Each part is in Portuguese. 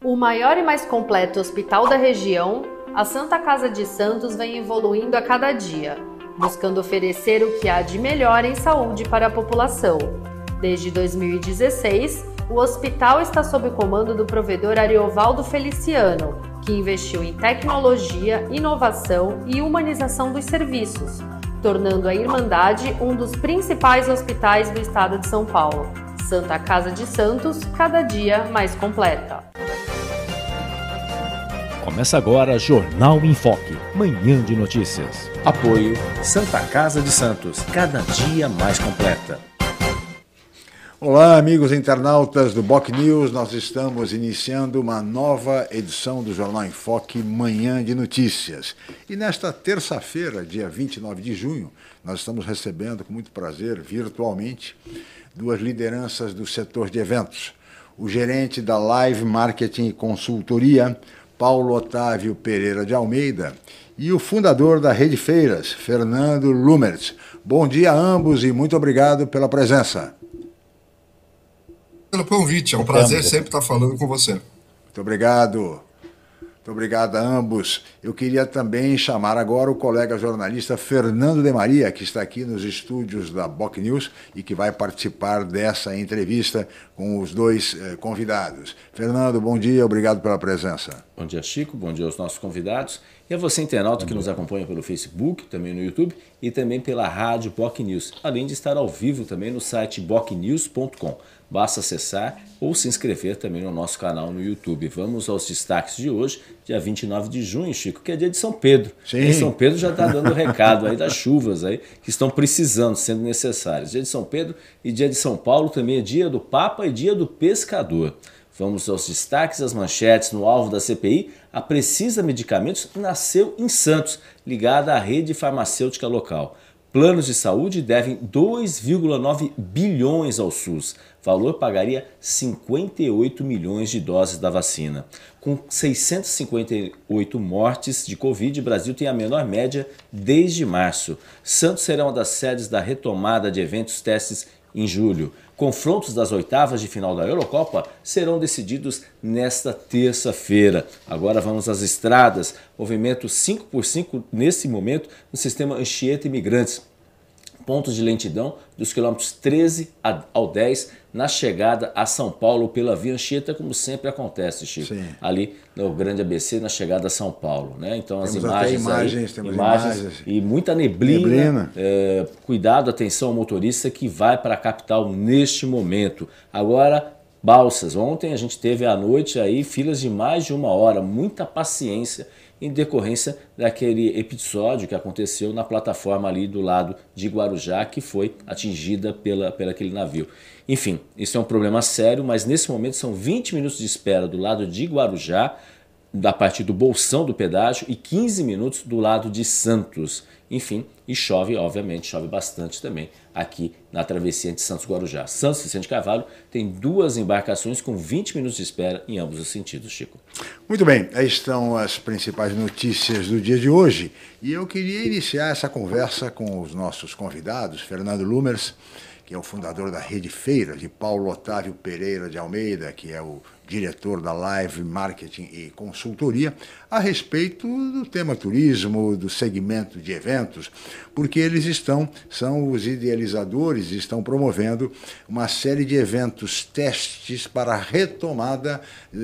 O maior e mais completo hospital da região, a Santa Casa de Santos vem evoluindo a cada dia, buscando oferecer o que há de melhor em saúde para a população. Desde 2016, o hospital está sob o comando do provedor Ariovaldo Feliciano, que investiu em tecnologia, inovação e humanização dos serviços, tornando a Irmandade um dos principais hospitais do estado de São Paulo. Santa Casa de Santos, cada dia mais completa. Começa agora Jornal em Foque, manhã de notícias. Apoio Santa Casa de Santos, cada dia mais completa. Olá, amigos internautas do BocNews, nós estamos iniciando uma nova edição do Jornal em Foque, manhã de notícias. E nesta terça-feira, dia 29 de junho, nós estamos recebendo com muito prazer, virtualmente, duas lideranças do setor de eventos. O gerente da Live Marketing e Consultoria, Paulo Otávio Pereira de Almeida, e o fundador da Rede Feiras, Fernando Lumertz. Bom dia a ambos e muito obrigado pela presença. Pelo convite, é um prazer sempre estar falando com você. Muito obrigado. Muito obrigado a ambos. Eu queria também chamar agora o colega jornalista Fernando de Maria, que está aqui nos estúdios da BocNews e que vai participar dessa entrevista com os dois convidados. Fernando, bom dia, obrigado pela presença. Bom dia, Chico, bom dia aos nossos convidados e a você, internauta, que nos acompanha pelo Facebook, também no YouTube e também pela rádio BocNews, além de estar ao vivo também no site bocnews.com. Basta acessar ou se inscrever também no nosso canal no YouTube. Vamos aos destaques de hoje, dia 29 de junho, Chico, que é dia de São Pedro. Sim. E São Pedro já está dando recado aí das chuvas aí que estão precisando, sendo necessárias. Dia de São Pedro e dia de São Paulo também é dia do Papa e dia do Pescador. Vamos aos destaques, as manchetes no alvo da CPI. A Precisa Medicamentos nasceu em Santos, ligada à rede farmacêutica local. Planos de saúde devem 2,9 bilhões ao SUS. Valor pagaria 58 milhões de doses da vacina. Com 658 mortes de Covid, o Brasil tem a menor média desde março. Santos será uma das sedes da retomada de eventos testes em julho. Confrontos das oitavas de final da Eurocopa serão decididos nesta terça-feira. Agora vamos às estradas. Movimento 5x5 nesse momento no sistema Anchieta Imigrantes. Pontos de lentidão dos quilômetros 13 ao 10 na chegada a São Paulo pela Via Anchieta, como sempre acontece, Chico. Sim. Ali no Grande ABC, na chegada a São Paulo, né? Então as imagens e muita neblina. Cuidado, atenção ao motorista que vai para a capital neste momento. Agora, Balsas. Ontem a gente teve à noite aí filas de mais de 1 hora, muita paciência em decorrência daquele episódio que aconteceu na plataforma ali do lado de Guarujá, que foi atingida pela aquele navio. Enfim, isso é um problema sério, mas nesse momento são 20 minutos de espera do lado de Guarujá, da partir do Bolsão do pedágio, e 15 minutos do lado de Santos. Enfim, e chove, obviamente, chove bastante também aqui na travessia de Santos-Guarujá. Santos Vicente Carvalho tem 2 embarcações com 20 minutos de espera em ambos os sentidos, Chico. Muito bem, aí estão as principais notícias do dia de hoje e eu queria iniciar essa conversa com os nossos convidados, Fernando Lumertz, que é o fundador da Rede Feiras, de Paulo Otávio Pereira de Almeida, que é o diretor da Live Marketing e Consultoria, a respeito do tema turismo, do segmento de eventos, porque eles são os idealizadores e estão promovendo uma série de eventos testes para a retomada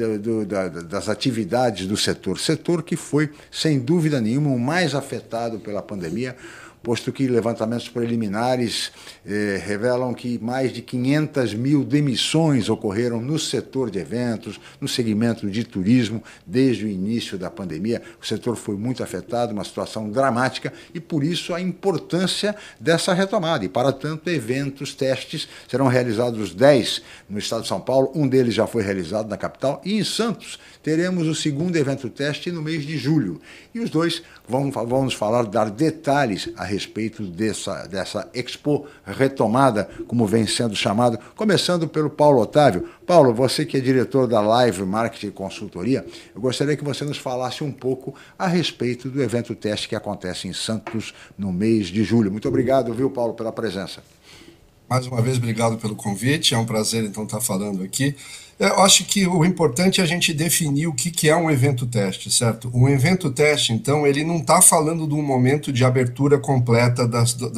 das atividades do setor que foi, sem dúvida nenhuma, o mais afetado pela pandemia, posto que levantamentos preliminares revelam que mais de 500 mil demissões ocorreram no setor de eventos, no segmento de turismo, desde o início da pandemia. O setor foi muito afetado, uma situação dramática, e por isso a importância dessa retomada. E, para tanto, eventos, testes, serão realizados 10 no estado de São Paulo, um deles já foi realizado na capital, e em Santos teremos o segundo evento teste no mês de julho. E os dois vão nos dar detalhes a respeito dessa Expo Retomada, como vem sendo chamado, começando pelo Paulo Otávio. Paulo, você que é diretor da Live Marketing e Consultoria, eu gostaria que você nos falasse um pouco a respeito do evento teste que acontece em Santos no mês de julho. Muito obrigado, viu, Paulo, pela presença. Mais uma vez, obrigado pelo convite, é um prazer então estar falando aqui. Eu acho que o importante é a gente definir o que é um evento teste, certo? Um evento teste, então, ele não está falando de um momento de abertura completa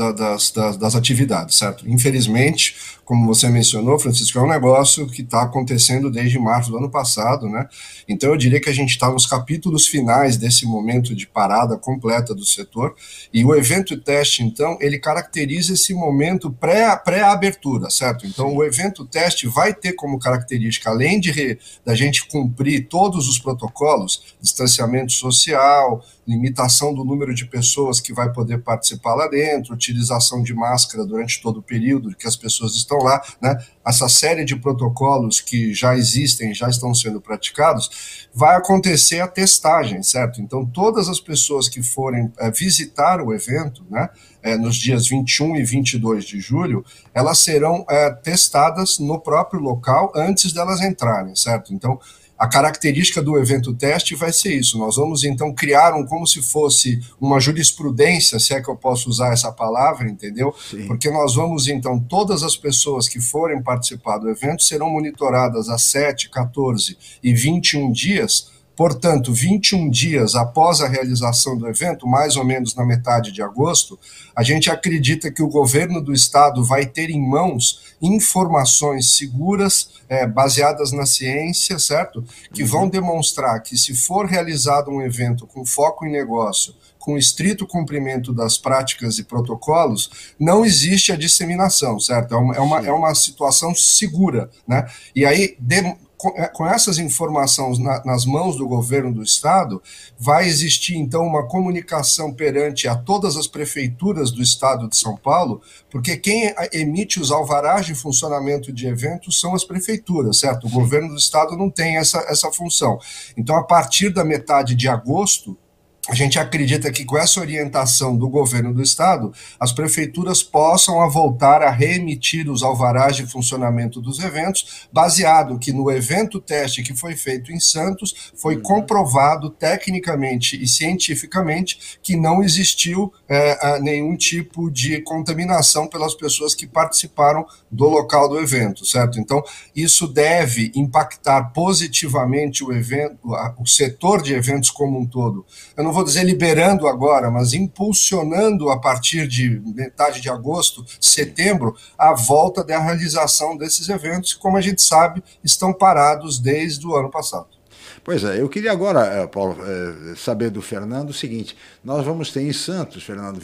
das atividades, certo? Infelizmente, como você mencionou, Francisco, é um negócio que está acontecendo desde março do ano passado, né? Então, eu diria que a gente está nos capítulos finais desse momento de parada completa do setor, e o evento teste, então, ele caracteriza esse momento pré-abertura, certo? Então, o evento teste vai ter como característica, além da gente cumprir todos os protocolos, distanciamento social, limitação do número de pessoas que vai poder participar lá dentro, utilização de máscara durante todo o período que as pessoas estão lá, né? Essa série de protocolos que já existem, já estão sendo praticados, vai acontecer a testagem, certo? Então, todas as pessoas que forem visitar o evento, né, nos dias 21 e 22 de julho, elas serão testadas no próprio local antes delas entrarem, certo? Então, a característica do evento teste vai ser isso. Nós vamos, então, criar como se fosse uma jurisprudência, se é que eu posso usar essa palavra, entendeu? Sim. Porque nós vamos, então, todas as pessoas que forem participar do evento serão monitoradas a 7, 14 e 21 dias. Portanto, 21 dias após a realização do evento, mais ou menos na metade de agosto, a gente acredita que o governo do estado vai ter em mãos informações seguras, baseadas na ciência, certo? Que vão demonstrar que, se for realizado um evento com foco em negócio, com estrito cumprimento das práticas e protocolos, não existe a disseminação, certo? É uma situação segura, né? E aí, com essas informações nas mãos do governo do estado, vai existir, então, uma comunicação perante a todas as prefeituras do estado de São Paulo, porque quem emite os alvarás de funcionamento de eventos são as prefeituras, certo? O governo do estado não tem essa função. Então, a partir da metade de agosto, a gente acredita que, com essa orientação do governo do estado, as prefeituras possam voltar a reemitir os alvarás de funcionamento dos eventos, baseado que no evento teste que foi feito em Santos, foi comprovado tecnicamente e cientificamente que não existiu nenhum tipo de contaminação pelas pessoas que participaram do local do evento, certo? Então, isso deve impactar positivamente o evento, o setor de eventos como um todo. Eu não vou dizer liberando agora, mas impulsionando a partir de metade de agosto, setembro, a volta da realização desses eventos, que, como a gente sabe, estão parados desde o ano passado. Pois é, eu queria agora, Paulo, saber do Fernando o seguinte: nós vamos ter em Santos, Fernando,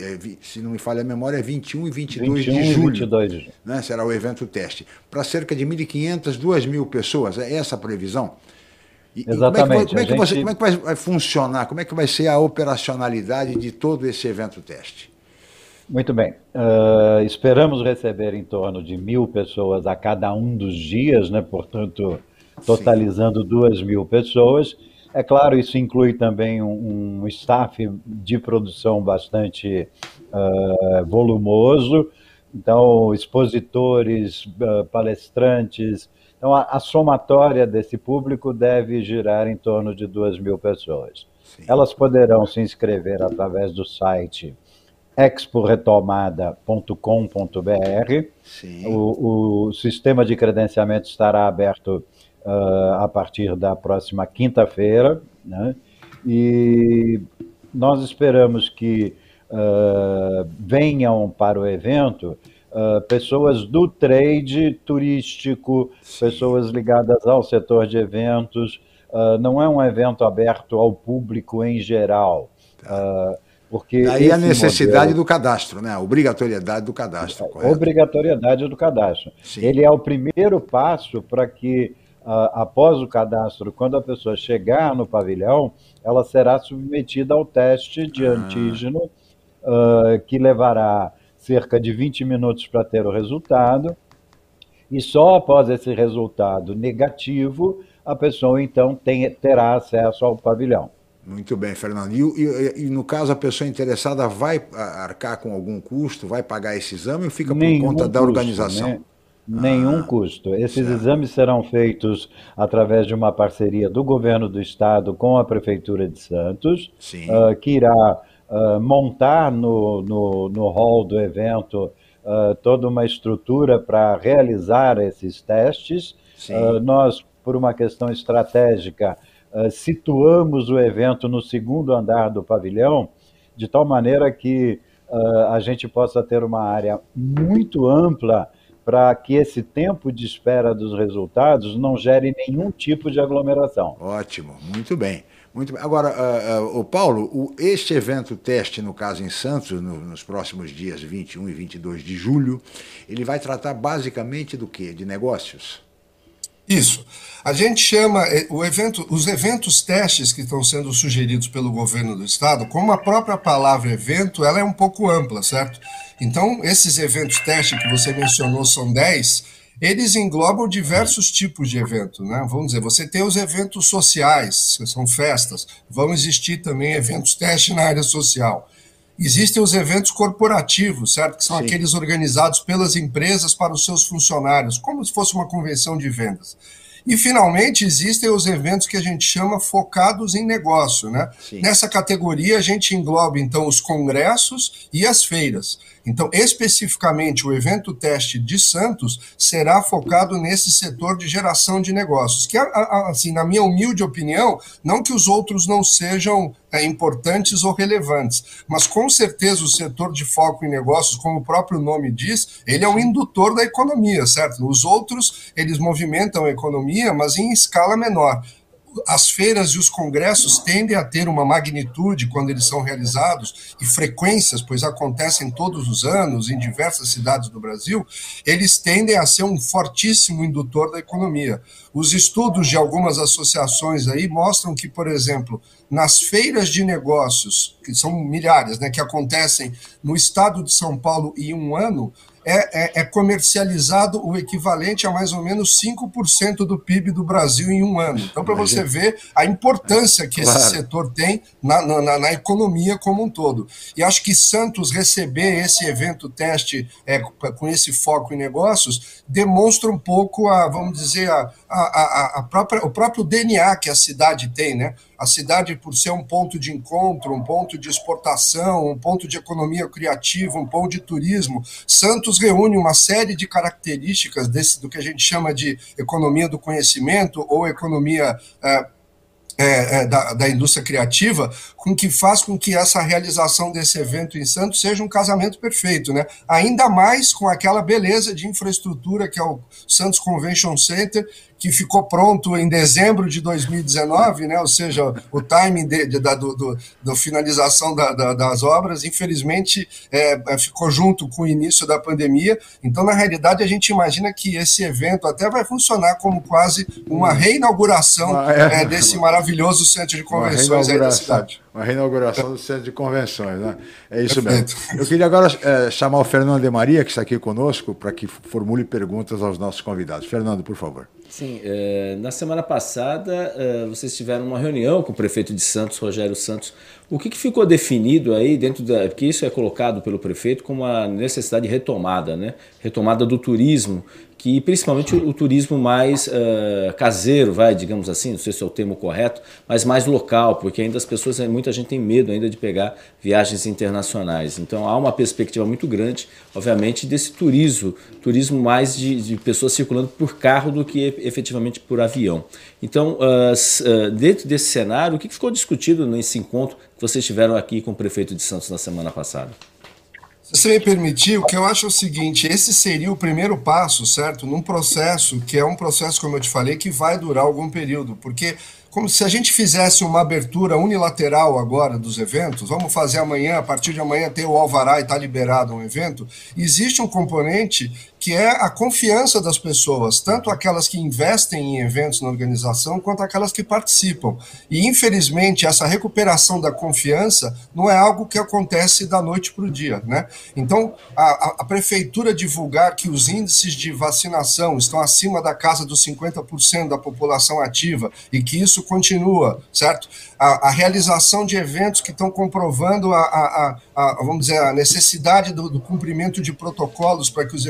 se não me falha a memória, 21 e 22 de julho, né, será o evento teste, para cerca de 1.500, 2.000 pessoas, é essa a previsão? Exatamente. Como é que vai funcionar, como é que vai ser a operacionalidade de todo esse evento teste? Muito bem. Esperamos receber em torno de 1.000 pessoas a cada um dos dias, né? Portanto, totalizando 2.000 pessoas. É claro, isso inclui também um staff de produção bastante volumoso, então expositores, palestrantes. Então, a somatória desse público deve girar em torno de 2.000 pessoas. Sim. Elas poderão se inscrever através do site exporetomada.com.br. O sistema de credenciamento estará aberto a partir da próxima quinta-feira, né? E nós esperamos que venham para o evento pessoas do trade turístico, pessoas ligadas ao setor de eventos. Não é um evento aberto ao público em geral. Porque daí a necessidade do cadastro, né? A obrigatoriedade do cadastro. Correto? Obrigatoriedade do cadastro. Sim. Ele é o primeiro passo para que, após o cadastro, quando a pessoa chegar no pavilhão, ela será submetida ao teste de antígeno, que levará cerca de 20 minutos para ter o resultado, e só após esse resultado negativo, a pessoa, então, terá acesso ao pavilhão. Muito bem, Fernando. E no caso, a pessoa interessada vai arcar com algum custo, vai pagar esse exame ou fica por conta da organização? Né? Nenhum custo. Esses exames serão feitos através de uma parceria do governo do estado com a Prefeitura de Santos, que irá montar no hall do evento toda uma estrutura para realizar esses testes. Nós, por uma questão estratégica, situamos o evento no segundo andar do pavilhão, de tal maneira que a gente possa ter uma área muito ampla para que esse tempo de espera dos resultados não gere nenhum tipo de aglomeração. Ótimo, muito bem. Muito bem. Agora, o Paulo, este evento teste, no caso em Santos, nos próximos dias 21 e 22 de julho, ele vai tratar basicamente do quê? De negócios? Isso. A gente chama os eventos testes que estão sendo sugeridos pelo governo do estado, como a própria palavra evento, ela é um pouco ampla, certo? Então, esses eventos teste que você mencionou são 10, eles englobam diversos tipos de evento, né? Vamos dizer, você tem os eventos sociais, que são festas, vão existir também eventos teste na área social. Existem os eventos corporativos, certo? Que são aqueles organizados pelas empresas para os seus funcionários, como se fosse uma convenção de vendas. E, finalmente, existem os eventos que a gente chama focados em negócio, né? Nessa categoria, a gente engloba, então, os congressos e as feiras. Então, especificamente, o evento teste de Santos será focado nesse setor de geração de negócios, que, assim, na minha humilde opinião, não que os outros não sejam importantes ou relevantes, mas com certeza o setor de foco em negócios, como o próprio nome diz, ele é um indutor da economia, certo? Os outros, eles movimentam a economia, mas em escala menor. As feiras e os congressos tendem a ter uma magnitude quando eles são realizados e frequências, pois acontecem todos os anos em diversas cidades do Brasil, eles tendem a ser um fortíssimo indutor da economia. Os estudos de algumas associações aí mostram que, por exemplo, nas feiras de negócios, que são milhares, né, que acontecem no estado de São Paulo em um ano, é comercializado o equivalente a mais ou menos 5% do PIB do Brasil em um ano. Então, para você ver a importância que esse setor tem na economia como um todo. E acho que Santos receber esse evento teste com esse foco em negócios demonstra um pouco, vamos dizer, o próprio DNA que a cidade tem, né? A cidade, por ser um ponto de encontro, um ponto de exportação, um ponto de economia criativa, um ponto de turismo, Santos reúne uma série de características do que a gente chama de economia do conhecimento ou economia da indústria criativa, que faz com que essa realização desse evento em Santos seja um casamento perfeito, né? Ainda mais com aquela beleza de infraestrutura que é o Santos Convention Center, que ficou pronto em dezembro de 2019, né? Ou seja, o timing da finalização das obras, infelizmente, ficou junto com o início da pandemia. Então, na realidade, a gente imagina que esse evento até vai funcionar como quase uma reinauguração desse maravilhoso centro de convenções aí da cidade. Uma reinauguração do centro de convenções, né? É isso mesmo. Eu queria agora chamar o Fernando de Maria, que está aqui conosco, para que formule perguntas aos nossos convidados. Fernando, por favor. Sim, na semana passada vocês tiveram uma reunião com o prefeito de Santos, Rogério Santos. O que ficou definido aí porque isso é colocado pelo prefeito como a necessidade de retomada, né? Retomada do turismo, que principalmente o turismo mais caseiro, digamos assim, não sei se é o termo correto, mas mais local, porque ainda as pessoas, muita gente tem medo ainda de pegar viagens internacionais. Então há uma perspectiva muito grande, obviamente, desse turismo mais de pessoas circulando por carro do que efetivamente por avião. Então, dentro desse cenário, o que ficou discutido nesse encontro que vocês tiveram aqui com o prefeito de Santos na semana passada? Se você me permitir, o que eu acho é o seguinte, esse seria o primeiro passo, certo? Num processo que é um processo, como eu te falei, que vai durar algum período, porque como se a gente fizesse uma abertura unilateral agora dos eventos, vamos fazer amanhã, a partir de amanhã ter o alvará e está liberado um evento, existe um componente que é a confiança das pessoas, tanto aquelas que investem em eventos na organização, quanto aquelas que participam. E, infelizmente, essa recuperação da confiança não é algo que acontece da noite para o dia, né? Então, a prefeitura divulgar que os índices de vacinação estão acima da casa dos 50% da população ativa e que isso continua, certo? A realização de eventos que estão comprovando vamos dizer, a necessidade do cumprimento de protocolos para que os eventos sejam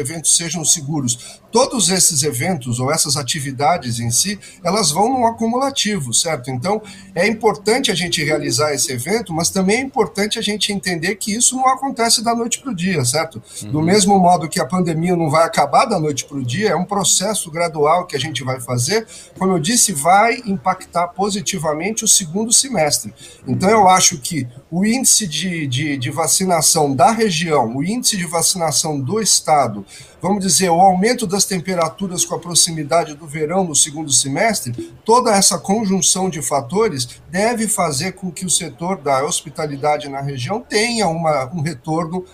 sejam seguros. Todos esses eventos ou essas atividades em si, elas vão num acumulativo, certo? Então, é importante a gente realizar esse evento, mas também é importante a gente entender que isso não acontece da noite para o dia, certo? Do mesmo modo que a pandemia não vai acabar da noite para o dia, é um processo gradual que a gente vai fazer, como eu disse, vai impactar positivamente o segundo semestre. Então, eu acho que o índice de vacinação da região, o índice de vacinação do estado, vamos dizer, o aumento das temperaturas com a proximidade do verão no segundo semestre, toda essa conjunção de fatores deve fazer com que o setor da hospitalidade na região tenha um retorno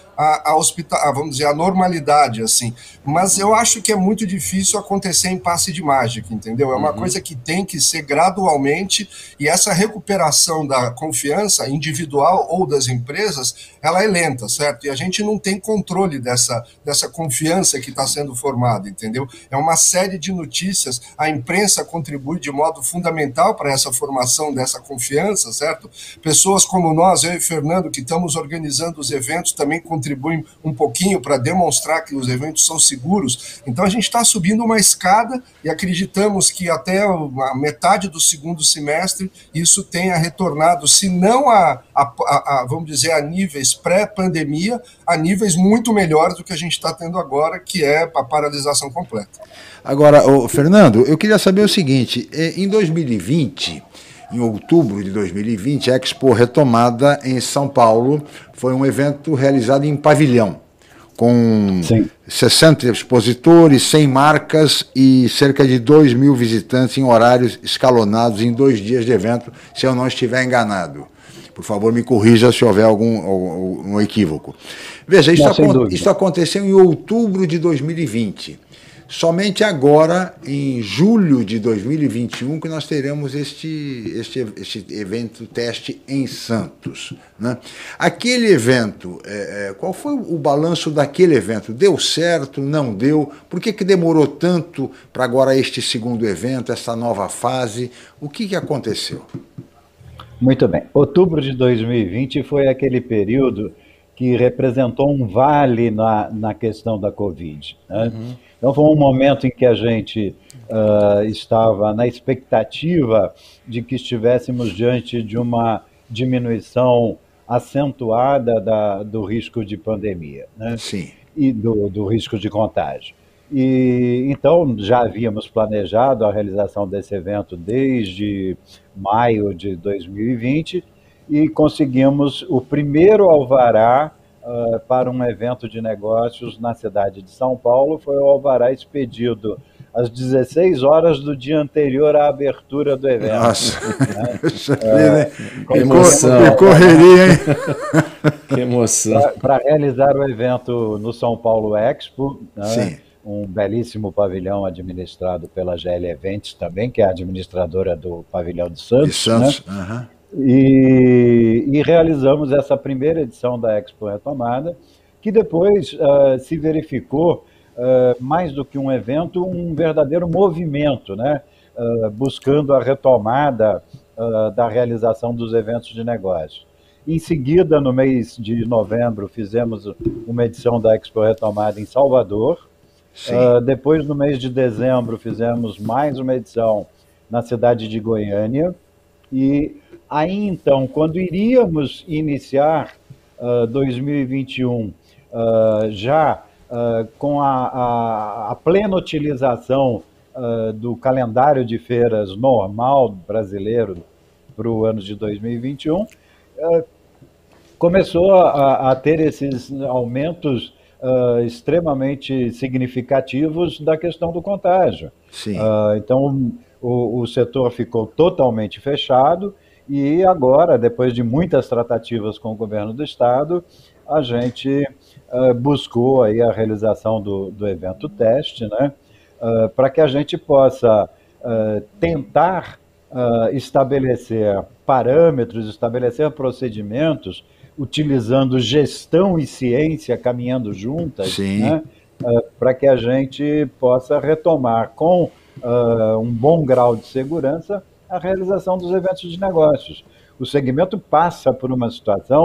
vamos dizer, à normalidade, assim. Mas eu acho que é muito difícil acontecer em passe de mágica, entendeu? É uma coisa que tem que ser gradualmente, e essa recuperação da confiança individual ou das empresas, ela é lenta, certo? E a gente não tem controle dessa confiança que está sendo formada, entendeu? É uma série de notícias, a imprensa contribui de modo fundamental para essa formação dessa confiança, certo? Pessoas como nós, eu e Fernando, que estamos organizando os eventos, também contribuem um pouquinho para demonstrar que os eventos são seguros. Então a gente está subindo uma escada e acreditamos que até a metade do segundo semestre isso tenha retornado, se não vamos dizer, a níveis pré-pandemia, a níveis muito melhores do que a gente está tendo agora, que é a paralisação completa. Agora, Fernando, eu queria saber o seguinte, em 2020... Em outubro de 2020, a Expo Retomada em São Paulo foi um evento realizado em pavilhão, com 60 expositores, 100 marcas e cerca de 2.000 visitantes em horários escalonados em 2 dias de evento, se eu não estiver enganado. Por favor, me corrija se houver algum equívoco. Veja, isso aconteceu em outubro de 2020. Somente agora, em julho de 2021, que nós teremos este evento teste em Santos, né? Aquele evento, qual foi o balanço daquele evento? Deu certo? Não deu? Por que demorou tanto para agora este segundo evento, essa nova fase? O que aconteceu? Muito bem. Outubro de 2020 foi aquele período que representou um vale na questão da Covid, né? Então foi um momento em que a gente estava na expectativa de que estivéssemos diante de uma diminuição acentuada do risco de pandemia, né? Sim. E do risco de contágio. E então já havíamos planejado a realização desse evento desde maio de 2020 e conseguimos o primeiro alvará para um evento de negócios na cidade de São Paulo. Foi o alvará expedido às 16 horas do dia anterior à abertura do evento. Nossa, que emoção. Que correria, hein? Que emoção. Para realizar o evento no São Paulo Expo, né? Sim. Um belíssimo pavilhão administrado pela GL Eventos também, que é a administradora do pavilhão de Santos. De Santos, né? E realizamos essa primeira edição da Expo Retomada, que depois se verificou, mais do que um evento, um verdadeiro movimento, né? Buscando a retomada da realização dos eventos de negócio. Em seguida, no mês de novembro, fizemos uma edição da Expo Retomada em Salvador. Depois, no mês de dezembro, fizemos mais uma edição na cidade de Goiânia. E aí, então, quando iríamos iniciar 2021, já com a plena utilização do calendário de feiras normal brasileiro para o ano de 2021, começou a ter esses aumentos extremamente significativos da questão do contágio. Sim. Então, o setor ficou totalmente fechado e agora, depois de muitas tratativas com o governo do estado, a gente buscou aí a realização do evento teste, né, para que a gente possa tentar estabelecer parâmetros, estabelecer procedimentos, utilizando gestão e ciência caminhando juntas, né, para que a gente possa retomar com um bom grau de segurança a realização dos eventos de negócios. O segmento passa por uma situação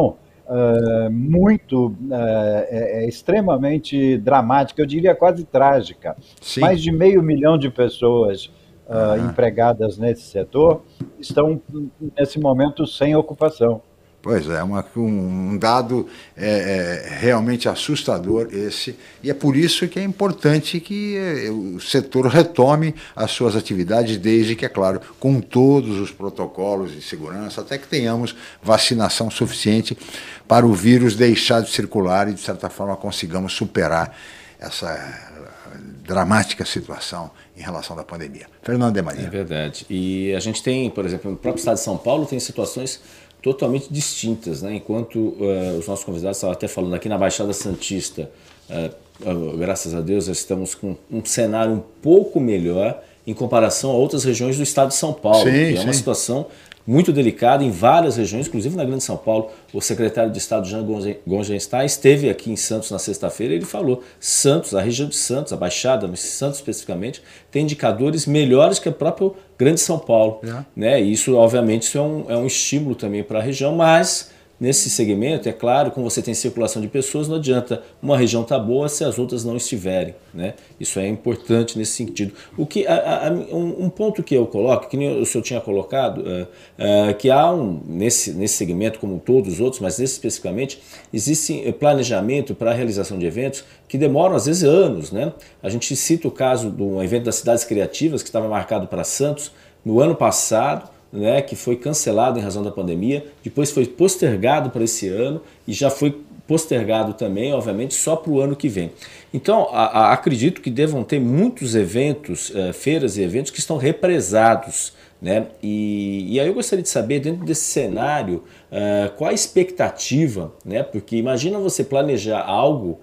extremamente dramática, eu diria quase trágica. Sim. Mais de 500 mil de pessoas empregadas nesse setor estão, nesse momento, sem ocupação. Pois é, um dado realmente assustador esse, e é por isso que é importante que o setor retome as suas atividades, desde que, é claro, com todos os protocolos de segurança, até que tenhamos vacinação suficiente para o vírus deixar de circular e, de certa forma, consigamos superar essa dramática situação em relação da pandemia. Fernando de Maria. É verdade. E a gente tem, por exemplo, no próprio estado de São Paulo, tem situações totalmente distintas, né? Enquanto os nossos convidados estavam até falando aqui na Baixada Santista, graças a Deus, estamos com um cenário um pouco melhor em comparação a outras regiões do estado de São Paulo, que é uma situação muito delicada em várias regiões, inclusive na Grande São Paulo. O secretário de Estado, Jean Goldstein, esteve aqui em Santos na sexta-feira e ele falou: Santos, a região de Santos, a Baixada, mas Santos especificamente, tem indicadores melhores que a própria Grande São Paulo. Né? E isso, obviamente, isso é um estímulo também para a região, mas nesse segmento, é claro, como você tem circulação de pessoas, não adianta uma região estar boa se as outras não estiverem, né? Isso é importante nesse sentido. Um ponto que eu coloco, que nem o senhor tinha colocado, que há nesse segmento, como todos os outros, mas nesse especificamente, existe planejamento para a realização de eventos que demoram às vezes anos, né? A gente cita o caso do evento das Cidades Criativas, que estava marcado para Santos no ano passado, né, que foi cancelado em razão da pandemia, depois foi postergado para esse ano e já foi postergado também, obviamente, só para o ano que vem. Então, acredito que devam ter muitos eventos, feiras e eventos que estão represados, né? E aí eu gostaria de saber, dentro desse cenário, qual a expectativa, né? Porque imagina você planejar algo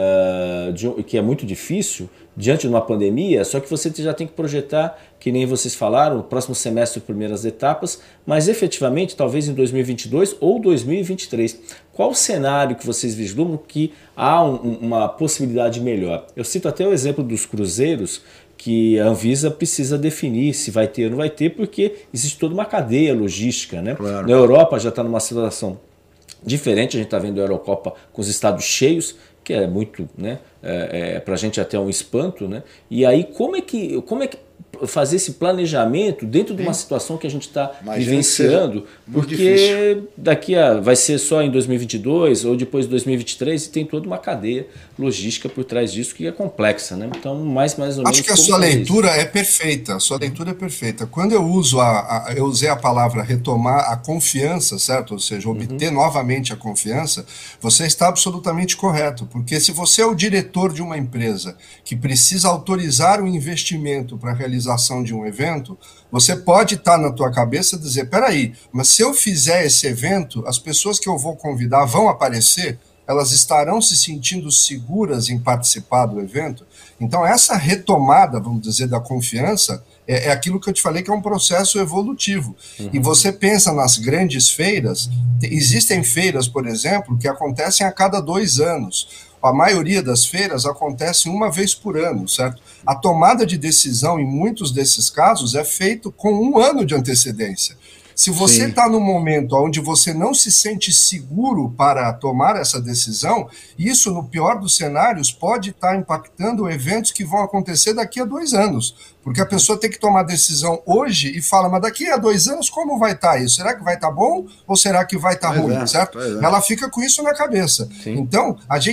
que é muito difícil diante de uma pandemia, só que você já tem que projetar, que nem vocês falaram, o próximo semestre, primeiras etapas, mas efetivamente talvez em 2022 ou 2023. Qual o cenário que vocês vislumbram que há uma possibilidade melhor? Eu cito até o exemplo dos cruzeiros, que a Anvisa precisa definir se vai ter ou não vai ter, porque existe toda uma cadeia logística, né? Claro. Na Europa já está numa situação diferente, a gente está vendo a Eurocopa com os estados cheios, que é muito, né, para a gente até um espanto, né? E aí como é que fazer esse planejamento dentro de uma situação que a gente está vivenciando, porque vai ser só em 2022 ou depois de 2023 e tem toda uma cadeia logística por trás disso que é complexa, né? Então, mais ou menos... Acho que a sua leitura é perfeita, a sua leitura é perfeita. Quando eu usei a palavra retomar a confiança, certo? Ou seja, obter novamente a confiança, você está absolutamente correto, porque se você é o diretor de uma empresa que precisa autorizar o investimento para a realização de um evento, você pode estar na tua cabeça e dizer, peraí, mas se eu fizer esse evento, as pessoas que eu vou convidar vão aparecer? Elas estarão se sentindo seguras em participar do evento? Então essa retomada, vamos dizer, da confiança é aquilo que eu te falei que é um processo evolutivo. E você pensa nas grandes feiras, existem feiras, por exemplo, que acontecem a cada 2 anos. A maioria das feiras acontece uma vez por ano, certo? A tomada de decisão, em muitos desses casos, é feito com 1 ano de antecedência. Se você está num momento onde você não se sente seguro para tomar essa decisão, isso, no pior dos cenários, pode estar impactando eventos que vão acontecer daqui a 2 anos. Porque a pessoa tem que tomar decisão hoje e fala, mas daqui a 2 anos como vai estar isso? Será que vai estar bom ou será que vai estar ruim, certo? Ela fica com isso na cabeça. Então,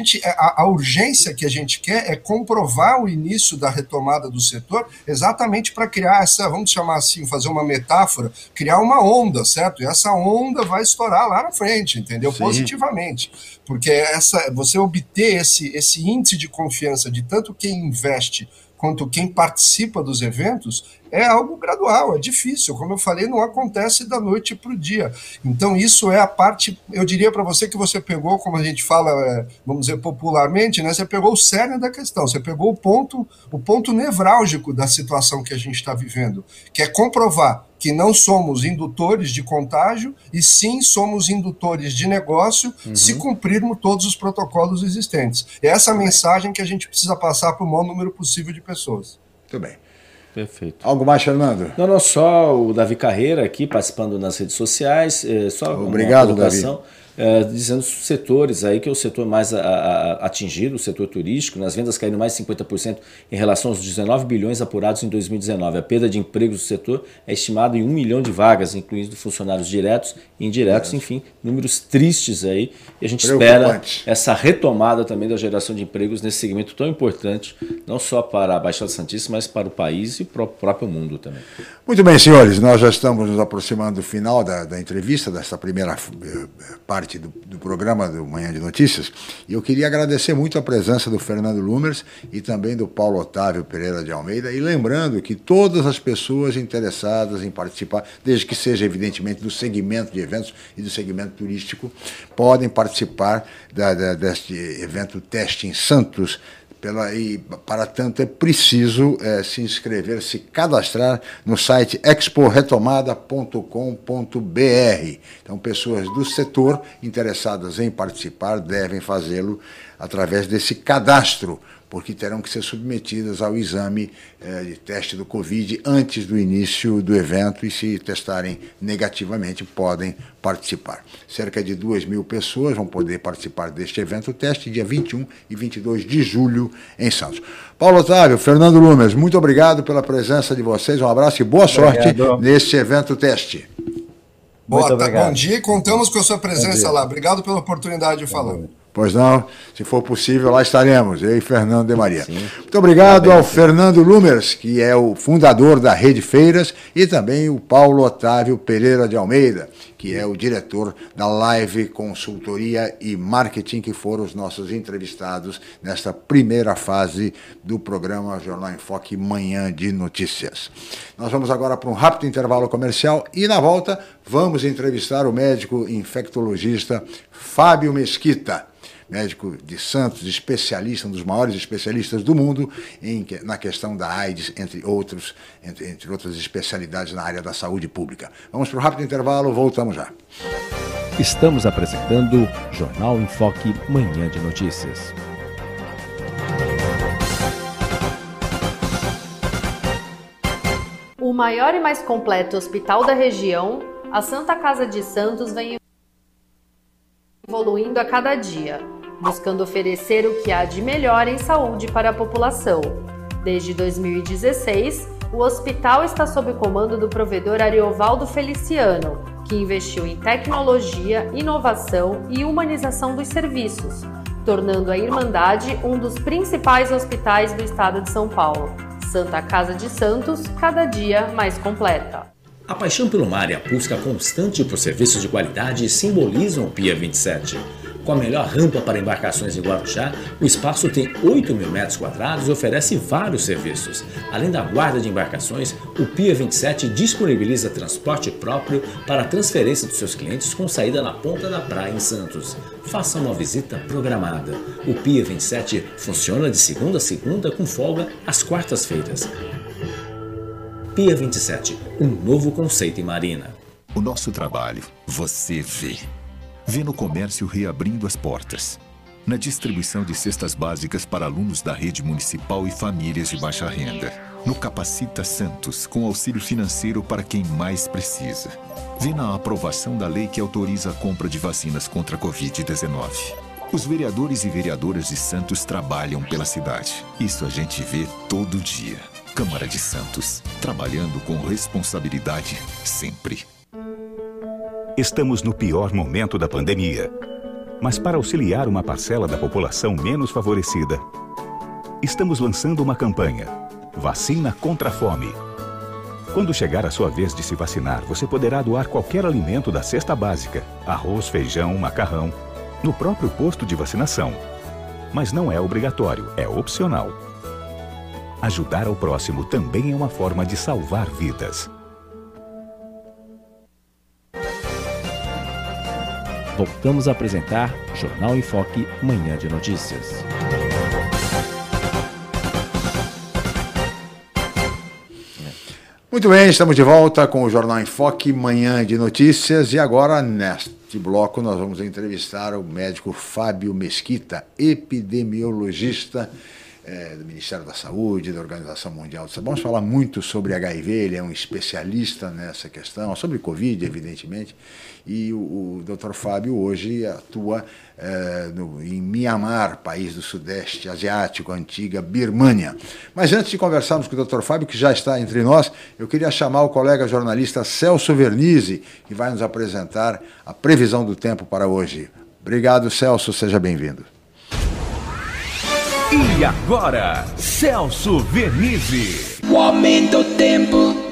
a urgência que a gente quer é comprovar o início da retomada do setor exatamente para criar essa, vamos chamar assim, fazer uma metáfora, criar uma onda, certo? E essa onda vai estourar lá na frente, entendeu? Positivamente. Porque você obter esse índice de confiança de tanto quem investe quanto quem participa dos eventos, é algo gradual, é difícil. Como eu falei, não acontece da noite para o dia. Então isso é a parte, eu diria para você que você pegou, como a gente fala, vamos dizer popularmente, né, você pegou o cerne da questão, você pegou o ponto nevrálgico da situação que a gente está vivendo, que é comprovar que não somos indutores de contágio e sim somos indutores de negócio se cumprirmos todos os protocolos existentes. É essa mensagem que a gente precisa passar para o maior número possível de pessoas. Muito bem. Perfeito. Algo mais, Fernando? Não, só o Davi Carreira aqui participando nas redes sociais. Só obrigado, Davi. dizendo setores aí que é o setor mais atingido, o setor turístico, as vendas caíram mais de 50% em relação aos 19 bilhões apurados em 2019. A perda de empregos do setor é estimada em 1 milhão de vagas, incluindo funcionários diretos e indiretos, enfim, números tristes aí, e a gente espera essa retomada também da geração de empregos nesse segmento tão importante, não só para a Baixada Santista, mas para o país e para o próprio mundo também. Muito bem, senhores, nós já estamos nos aproximando do final da entrevista, dessa primeira parte do programa do Manhã de Notícias, e eu queria agradecer muito a presença do Fernando Lumers e também do Paulo Otávio Pereira de Almeida, e lembrando que todas as pessoas interessadas em participar, desde que seja evidentemente do segmento de eventos e do segmento turístico, podem participar deste evento teste em Santos. E, para tanto, é preciso se inscrever, se cadastrar no site exporetomada.com.br. Então, pessoas do setor interessadas em participar devem fazê-lo através desse cadastro, porque terão que ser submetidas ao exame de teste do Covid antes do início do evento e, se testarem negativamente, podem participar. Cerca de 2.000 pessoas vão poder participar deste evento teste dia 21 e 22 de julho em Santos. Paulo Otávio, Fernando Lumers, muito obrigado pela presença de vocês, um abraço e boa sorte neste evento teste. Bom dia e contamos com a sua presença lá. Obrigado pela oportunidade de falar. Pois não, se for possível, lá estaremos, eu e Fernando de Maria. Sim. Muito obrigado ao Fernando Lumers, que é o fundador da Rede Feiras, e também o Paulo Otávio Pereira de Almeida, que é o diretor da Live Consultoria e Marketing, que foram os nossos entrevistados nesta primeira fase do programa Jornal em Foque Manhã de Notícias. Nós vamos agora para um rápido intervalo comercial e, na volta, vamos entrevistar o médico infectologista Fábio Mesquita, médico de Santos, especialista, um dos maiores especialistas do mundo na questão da AIDS, entre outras especialidades na área da saúde pública. Vamos para um rápido intervalo, voltamos já. Estamos apresentando Jornal em Foque Manhã de Notícias. O maior e mais completo hospital da região, a Santa Casa de Santos vem evoluindo a cada dia, buscando oferecer o que há de melhor em saúde para a população. Desde 2016, o hospital está sob o comando do provedor Ariovaldo Feliciano, que investiu em tecnologia, inovação e humanização dos serviços, tornando a Irmandade um dos principais hospitais do estado de São Paulo. Santa Casa de Santos, cada dia mais completa. A paixão pelo mar e a busca constante por serviços de qualidade simbolizam o Pier 27. Com a melhor rampa para embarcações em Guarujá, o espaço tem 8.000 metros quadrados e oferece vários serviços. Além da guarda de embarcações, o Pier 27 disponibiliza transporte próprio para a transferência dos seus clientes com saída na ponta da praia em Santos. Faça uma visita programada. O Pier 27 funciona de segunda a segunda com folga às quartas-feiras. Pier 27, um novo conceito em marina. O nosso trabalho, você vê. Vê no comércio reabrindo as portas. Na distribuição de cestas básicas para alunos da rede municipal e famílias de baixa renda. No Capacita Santos, com auxílio financeiro para quem mais precisa. Vê na aprovação da lei que autoriza a compra de vacinas contra a Covid-19. Os vereadores e vereadoras de Santos trabalham pela cidade. Isso a gente vê todo dia. Câmara de Santos, trabalhando com responsabilidade sempre. Estamos no pior momento da pandemia. Mas para auxiliar uma parcela da população menos favorecida, estamos lançando uma campanha: Vacina contra a Fome. Quando chegar a sua vez de se vacinar, você poderá doar qualquer alimento da cesta básica, arroz, feijão, macarrão, no próprio posto de vacinação. Mas não é obrigatório, é opcional. Ajudar ao próximo também é uma forma de salvar vidas. Voltamos a apresentar Jornal em Foque Manhã de Notícias. Muito bem, estamos de volta com o Jornal em Foque Manhã de Notícias e agora, neste bloco, nós vamos entrevistar o médico Fábio Mesquita, epidemiologista do Ministério da Saúde, da Organização Mundial de Saúde. Vamos falar muito sobre HIV, ele é um especialista nessa questão, sobre Covid, evidentemente, e o Dr. Fábio hoje atua em Mianmar, país do Sudeste Asiático, a antiga Birmânia. Mas antes de conversarmos com o Dr. Fábio, que já está entre nós, eu queria chamar o colega jornalista Celso Vernizzi, que vai nos apresentar a previsão do tempo para hoje. Obrigado, Celso, seja bem-vindo. E agora, Celso Vernizzi. O aumento do tempo.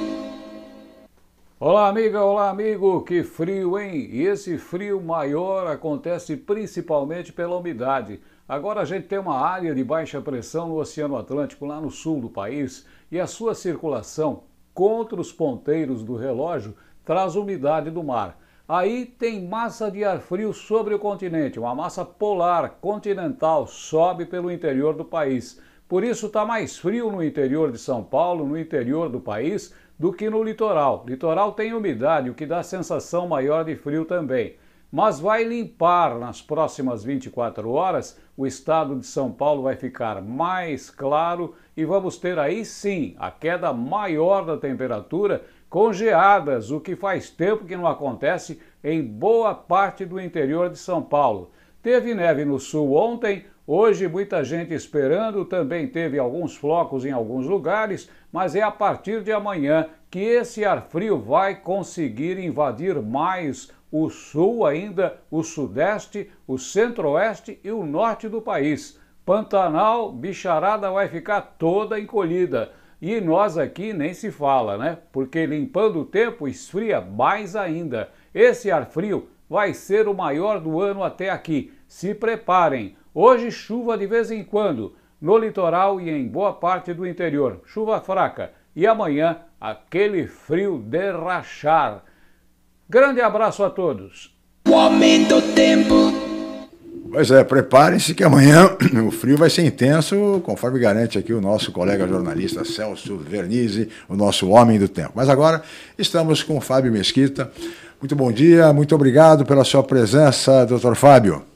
Olá, amiga, olá, amigo. Que frio, hein? E esse frio maior acontece principalmente pela umidade. Agora a gente tem uma área de baixa pressão no Oceano Atlântico, lá no sul do país, e a sua circulação contra os ponteiros do relógio traz umidade do mar. Aí tem massa de ar frio sobre o continente, uma massa polar continental sobe pelo interior do país. Por isso está mais frio no interior de São Paulo, no interior do país, do que no litoral. Litoral tem umidade, o que dá sensação maior de frio também. Mas vai limpar nas próximas 24 horas, o estado de São Paulo vai ficar mais claro e vamos ter aí sim a queda maior da temperatura, com geadas, o que faz tempo que não acontece em boa parte do interior de São Paulo. Teve neve no sul ontem, hoje muita gente esperando, também teve alguns flocos em alguns lugares, mas é a partir de amanhã que esse ar frio vai conseguir invadir mais o sul ainda, o sudeste, o centro-oeste e o norte do país. Pantanal, bicharada vai ficar toda encolhida. E nós aqui nem se fala, né? Porque limpando o tempo esfria mais ainda. Esse ar frio vai ser o maior do ano até aqui. Se preparem. Hoje chuva de vez em quando, no litoral e em boa parte do interior. Chuva fraca. E amanhã aquele frio de rachar. Grande abraço a todos. O aumento do tempo. Pois é, preparem-se que amanhã o frio vai ser intenso, conforme garante aqui o nosso colega jornalista Celso Vernizzi, o nosso homem do tempo. Mas agora estamos com o Fábio Mesquita. Muito bom dia, muito obrigado pela sua presença, doutor Fábio.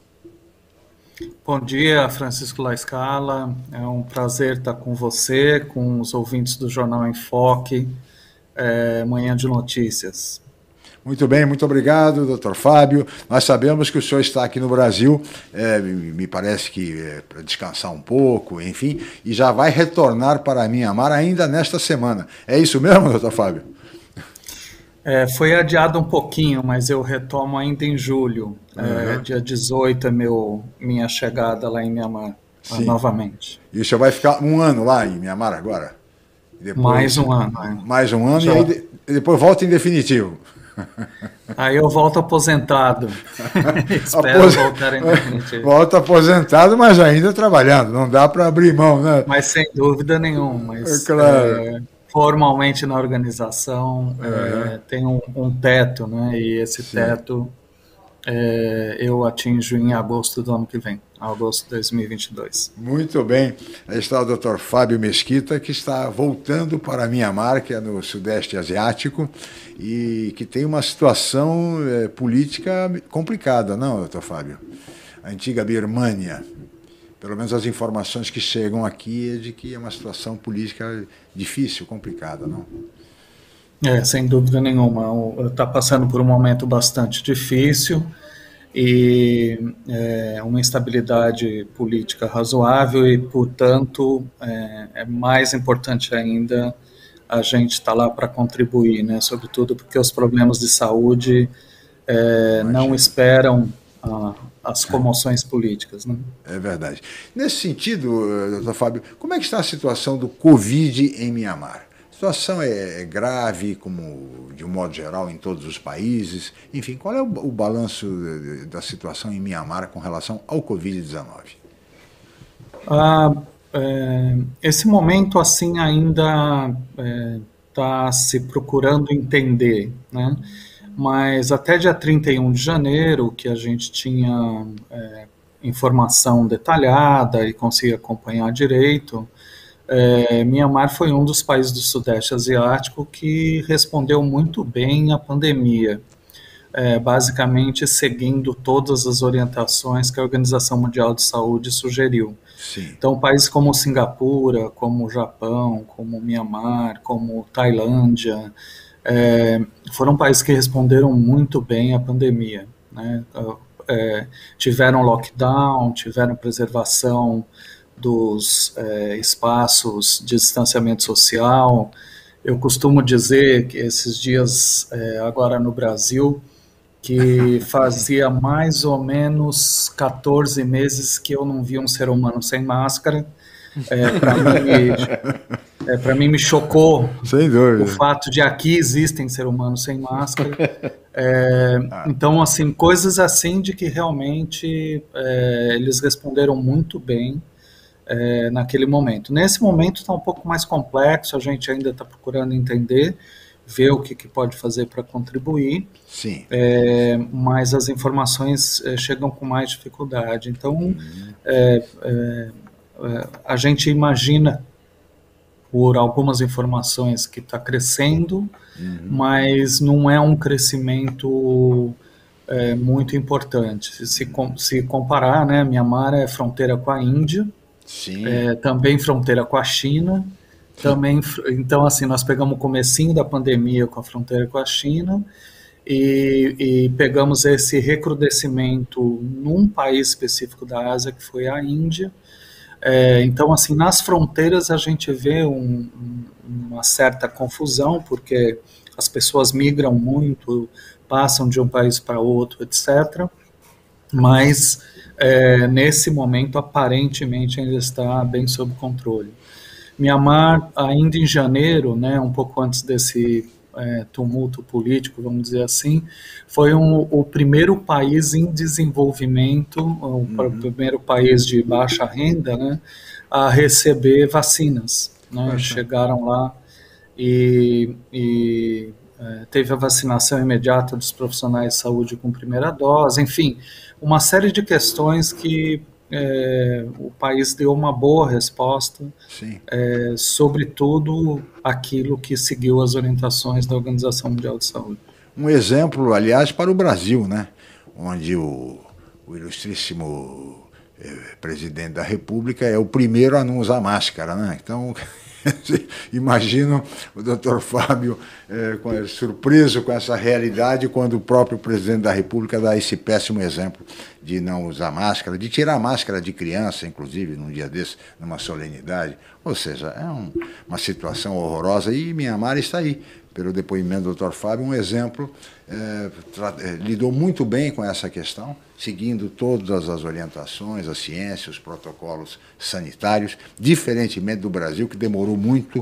Bom dia, Francisco La Scala. É um prazer estar com você, com os ouvintes do Jornal em Foque, Manhã de Notícias. Muito bem, muito obrigado, doutor Fábio. Nós sabemos que o senhor está aqui no Brasil, me parece que para descansar um pouco, enfim, e já vai retornar para Mianmar ainda nesta semana. É isso mesmo, doutor Fábio? Foi adiado um pouquinho, mas eu retomo ainda em julho. Dia 18 é minha chegada lá em Mianmar, novamente. E o senhor vai ficar um ano lá em Mianmar agora? Depois, mais um ano. Mais um ano e depois volta em definitivo. Aí eu volto aposentado. Espero voltar em definitivo. Volta aposentado, mas ainda trabalhando. Não dá para abrir mão, né? Mas sem dúvida nenhuma. Mas, claro. Formalmente na organização tem um teto, né? E esse teto eu atinjo em agosto do ano que vem, agosto de 2022. Muito bem. Aí está o Dr. Fábio Mesquita, que está voltando para Mianmar, que é no Sudeste Asiático, e que tem uma situação política complicada, não, Dr. Fábio? A antiga Birmânia. Pelo menos as informações que chegam aqui é de que é uma situação política difícil, complicada, não? Sem dúvida nenhuma. Está passando por um momento bastante difícil e uma instabilidade política razoável e, portanto, é mais importante ainda a gente estar lá para contribuir, né? Sobretudo porque os problemas de saúde não esperam as comoções políticas, né? É verdade. Nesse sentido, doutor Fábio, como é que está a situação do Covid em Mianmar? A situação é grave, como de um modo geral, em todos os países. Enfim, qual é o balanço da situação em Mianmar com relação ao Covid-19? Esse momento, assim, ainda está se procurando entender, né? Mas até dia 31 de janeiro, que a gente tinha informação detalhada e conseguia acompanhar direito, Mianmar foi um dos países do Sudeste Asiático que respondeu muito bem à pandemia, basicamente seguindo todas as orientações que a Organização Mundial de Saúde sugeriu. Sim. Então, países como Singapura, como o Japão, como Mianmar, como Tailândia, foram países que responderam muito bem à pandemia, né? Tiveram lockdown, tiveram preservação dos espaços de distanciamento social. Eu costumo dizer que esses dias, agora no Brasil, que fazia mais ou menos 14 meses que eu não via um ser humano sem máscara. Para mim me chocou sem dúvida. O fato de aqui existem seres humanos sem máscara. Então, assim, coisas assim de que realmente eles responderam muito bem naquele momento. Nesse momento está um pouco mais complexo, a gente ainda está procurando entender, ver o que pode fazer para contribuir. Sim. Mas as informações chegam com mais dificuldade. Então, a gente imagina, por algumas informações, que está crescendo, mas não é um crescimento muito importante. Se comparar, né, Mianmar é fronteira com a Índia, sim. Também fronteira com a China, também, então assim, nós pegamos o comecinho da pandemia com a fronteira com a China e pegamos esse recrudescimento num país específico da Ásia, que foi a Índia. Então, assim, nas fronteiras a gente vê uma certa confusão, porque as pessoas migram muito, passam de um país para outro, etc. Mas, nesse momento, aparentemente, ainda está bem sob controle. Mianmar, ainda em janeiro, né, um pouco antes desse tumulto político, vamos dizer assim, foi o primeiro país em desenvolvimento, o primeiro país de baixa renda, né, a receber vacinas, né? Chegaram lá e teve a vacinação imediata dos profissionais de saúde com primeira dose, enfim, uma série de questões que o país deu uma boa resposta, sobretudo aquilo que seguiu as orientações da Organização Mundial de Saúde. Um exemplo, aliás, para o Brasil, né? Onde o ilustríssimo presidente da República é o primeiro a não usar máscara, né? Então, imagino o doutor Fábio surpreso com essa realidade quando o próprio presidente da República dá esse péssimo exemplo de não usar máscara, de tirar a máscara de criança, inclusive, num dia desse, numa solenidade. Ou seja, é uma situação horrorosa e Mianmar está aí, pelo depoimento do doutor Fábio, um exemplo, lidou muito bem com essa questão, seguindo todas as orientações, a ciência, os protocolos sanitários, diferentemente do Brasil, que demorou muito,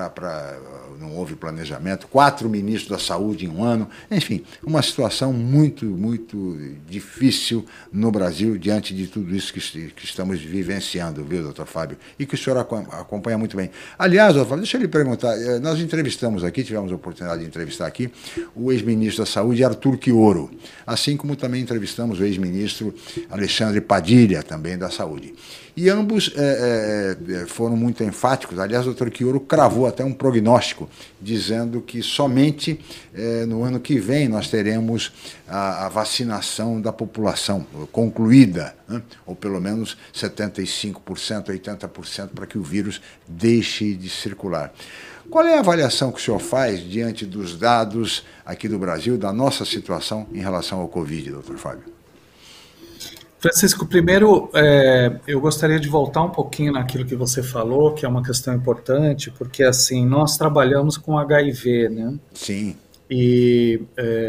não houve planejamento, 4 ministros da saúde em um ano, enfim, uma situação muito, muito difícil no Brasil, diante de tudo isso que estamos vivenciando, viu, doutor Fábio? E que o senhor acompanha muito bem. Aliás, doutor Fábio, deixa eu lhe perguntar, nós entrevistamos aqui, tivemos a oportunidade de entrevistar aqui, o ex-ministro da Saúde, Arthur Quioro, assim como também entrevistamos o ex-ministro Alexandre Padilha, também da Saúde. E ambos foram muito enfáticos. Aliás, o doutor Quioro cravou até um prognóstico, dizendo que somente no ano que vem nós teremos a vacinação da população concluída, né? Ou pelo menos 75%, 80%, para que o vírus deixe de circular. Qual é a avaliação que o senhor faz diante dos dados aqui do Brasil, da nossa situação em relação ao Covid, doutor Fábio? Francisco, primeiro eu gostaria de voltar um pouquinho naquilo que você falou, que é uma questão importante, porque assim, nós trabalhamos com HIV, né? Sim. E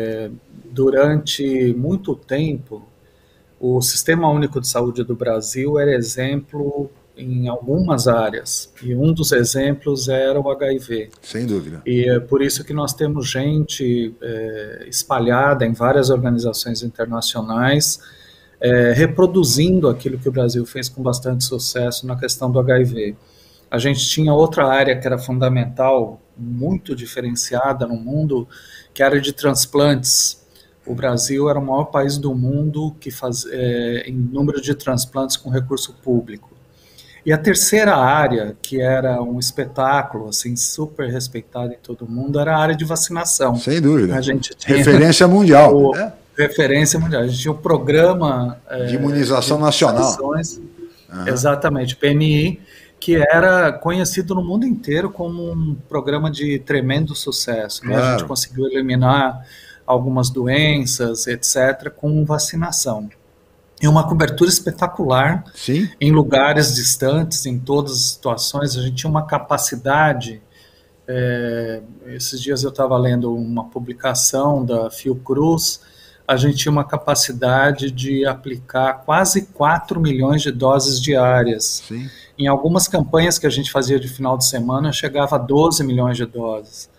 durante muito tempo, o Sistema Único de Saúde do Brasil era exemplo em algumas áreas, e um dos exemplos era o HIV. Sem dúvida. E é por isso que nós temos gente espalhada em várias organizações internacionais, reproduzindo aquilo que o Brasil fez com bastante sucesso na questão do HIV. A gente tinha outra área que era fundamental, muito diferenciada no mundo, que era de transplantes. O Brasil era o maior país do mundo que em número de transplantes com recurso público. E a terceira área, que era um espetáculo assim, super respeitado em todo mundo, era a área de vacinação. Sem dúvida. A gente tinha referência mundial. Referência mundial. A gente tinha o programa de imunização nacional. Exatamente, PMI, que era conhecido no mundo inteiro como um programa de tremendo sucesso. Né? A gente conseguiu eliminar algumas doenças, etc., com vacinação. E uma cobertura espetacular. Sim. Em lugares distantes, em todas as situações. A gente tinha uma capacidade. Esses dias eu estava lendo uma publicação da Fiocruz. A gente tinha uma capacidade de aplicar quase 4 milhões de doses diárias. Sim. Em algumas campanhas que a gente fazia de final de semana, chegava a 12 milhões de doses.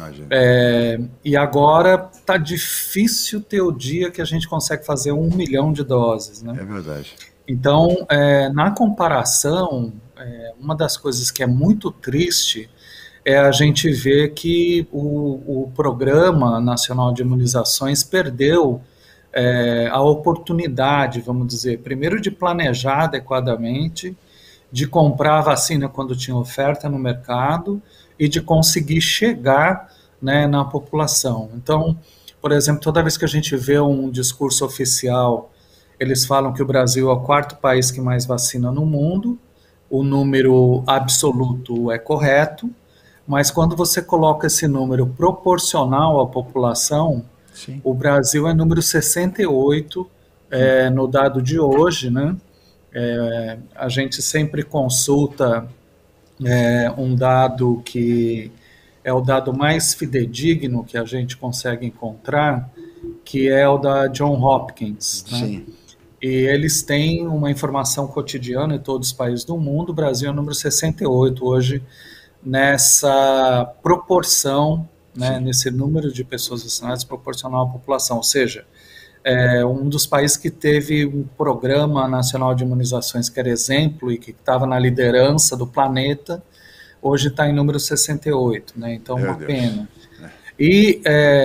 E agora está difícil ter o dia que a gente consegue fazer 1 milhão de doses. Né? É verdade. Então, na comparação, uma das coisas que é muito triste é a gente ver que o Programa Nacional de Imunizações perdeu a oportunidade, vamos dizer, primeiro de planejar adequadamente, de comprar a vacina quando tinha oferta no mercado e de conseguir chegar, né, na população. Então, por exemplo, toda vez que a gente vê um discurso oficial, eles falam que o Brasil é o 4º país que mais vacina no mundo, o número absoluto é correto, mas quando você coloca esse número proporcional à população, sim, o Brasil é número 68, no dado de hoje, né? A gente sempre consulta um dado que é o dado mais fidedigno que a gente consegue encontrar, que é o da Johns Hopkins. Né? Sim. E eles têm uma informação cotidiana em todos os países do mundo. O Brasil é o número 68 hoje, nessa proporção, né, nesse número de pessoas vacinadas proporcional à população, ou seja, um dos países que teve um programa nacional de imunizações que era exemplo e que estava na liderança do planeta, hoje está em número 68, né, então uma pena. E